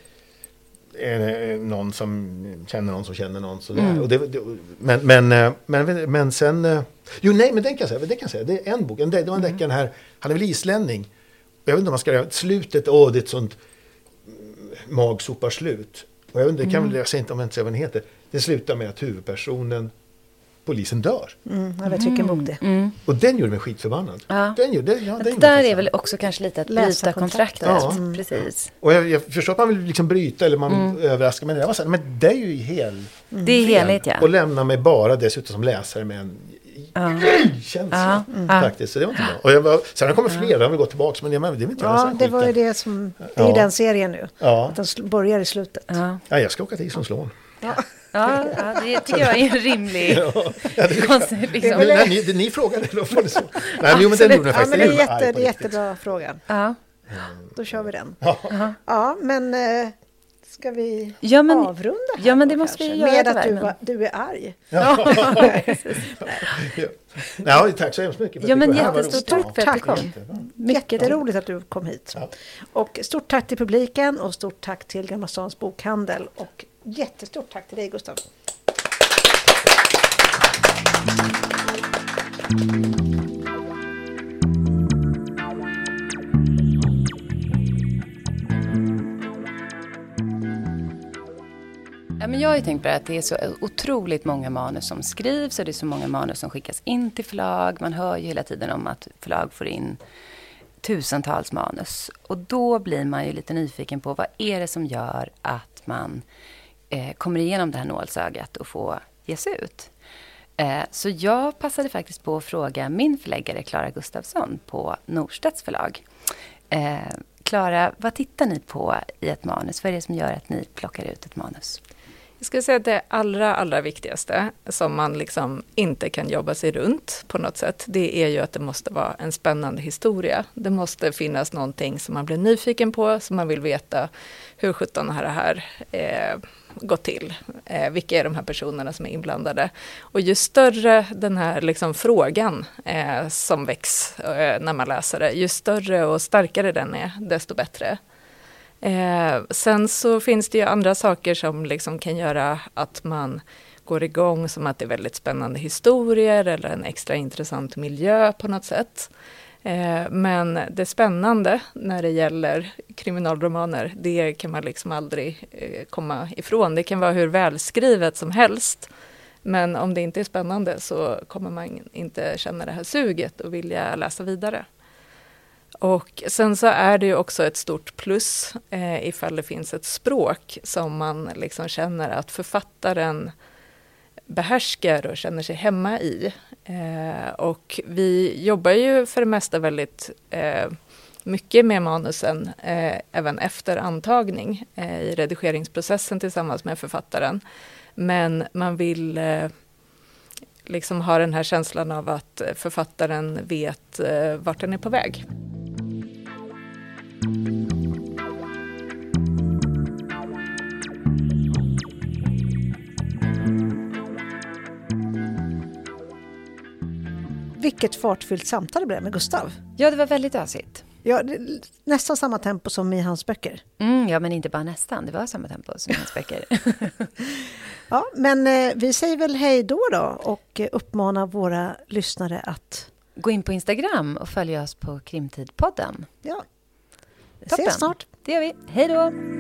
är någon som känner någon som känner någon. Så mm. och det, det, men, men, men, men sen... Jo, nej, men den kan jag säga. Det kan jag säga. Det är en bok. En, det var en mm. deckare här. Han är väl islänning. Jag vet inte om man ska göra slutet. Åh, det är ett sånt magsoparslut. Och jag undrar, mm. kan väl, jag säger inte om jag inte säger vad den heter. Det slutar med att huvudpersonen polisen dör. Mm, jag vet vilken bok det är. Mm. Och den gjorde mig skitförbannad. Ja. Den gjorde, ja, den det gjorde där mig är väl också kanske lite att Läsa bryta kontraktet. Ja. Mm. Precis. Och jag, jag förstår att man vill liksom bryta eller man vill Mm. överraska. Men det var så här, men det är ju hel Det är helhet, ja. Och lämna mig bara dessutom som läsare med en Ja. känsla. Ja. Mm. Faktiskt, så det var inte bra. Och jag var, sen har det kommit fler, jag vill gå tillbaka. Men det, det vill inte jag Ja, läsa det var ju skiten. det som... Det är Ja. den serien nu. Ja. Att den sl- börjar i slutet. Ja. Ja, jag ska åka till Isonslån. Ja, ja, det tycker jag är en rimlig konstigt. Liksom. Men, när ni, ni frågade, då får det så. Nej, men, jo, men den gjorde jag Ja, faktiskt. men det är, Jag var arg jätte, på det är riktigt. jättebra fråga. Ja. Då kör vi den. Ja. Ja, men eh, ska vi Ja, men- avrunda här ja, men då det måste kanske? vi göra Med tyvärr, att du, men- var, du är arg. Ja. Ja, tack så hemskt mycket. för Ja, att men du var här. jättestort Vad tack för att du Tack. kom. Jättebra. Mycket Jätteroligt att du kom hit. Ja. Och stort tack till publiken och stort tack till Gamla Stans Bokhandel. Och jättestort tack till dig, Gustav. Ja, men jag har ju tänkt på det att det är så otroligt många manus som skrivs och det är så många manus som skickas in till förlag. Man hör ju hela tiden om att förlag får in tusentals manus. Och då blir man ju lite nyfiken på vad är det som gör att man eh, kommer igenom det här nålsögat och får ges ut. Eh, så jag passade faktiskt på att fråga min förläggare Clara Gustafsson på Norstedts förlag. Clara, eh, vad tittar ni på i ett manus? Vad är det som gör att ni plockar ut ett manus? Jag skulle säga att det allra, allra viktigaste som man liksom inte kan jobba sig runt på något sätt, det är ju att det måste vara en spännande historia. Det måste finnas någonting som man blir nyfiken på, som man vill veta hur sjutton har det här eh, gått till. Eh, vilka är de här personerna som är inblandade? Och ju större den här liksom frågan eh, som väcks eh, när man läser det, ju större och starkare den är, desto bättre. Eh, sen så finns det ju andra saker som liksom kan göra att man går igång, som att det är väldigt spännande historier eller en extra intressant miljö på något sätt. Eh, men det spännande när det gäller kriminalromaner, det kan man liksom aldrig eh, komma ifrån. Det kan vara hur välskrivet som helst, men om det inte är spännande så kommer man inte känna det här suget och vilja läsa vidare. Och sen så är det ju också ett stort plus eh, ifall det finns ett språk som man liksom känner att författaren behärskar och känner sig hemma i. Eh, och vi jobbar ju för det mesta väldigt eh, mycket med manusen eh, även efter antagning eh, i redigeringsprocessen tillsammans med författaren. Men man vill eh, liksom ha den här känslan av att författaren vet eh, vart den är på väg. Vilket fartfyllt samtal det blev med Gustav. Ja, det var väldigt ösigt. Ja, det, nästan samma tempo som i hans böcker. Mm, ja, men inte bara nästan. Det var samma tempo som i hans böcker. Ja, men eh, vi säger väl hej då då och eh, uppmanar våra lyssnare att... Gå in på Instagram och följ oss på Krimtidpodden. Ja, Toppen. ses snart. Det gör vi. Hej då!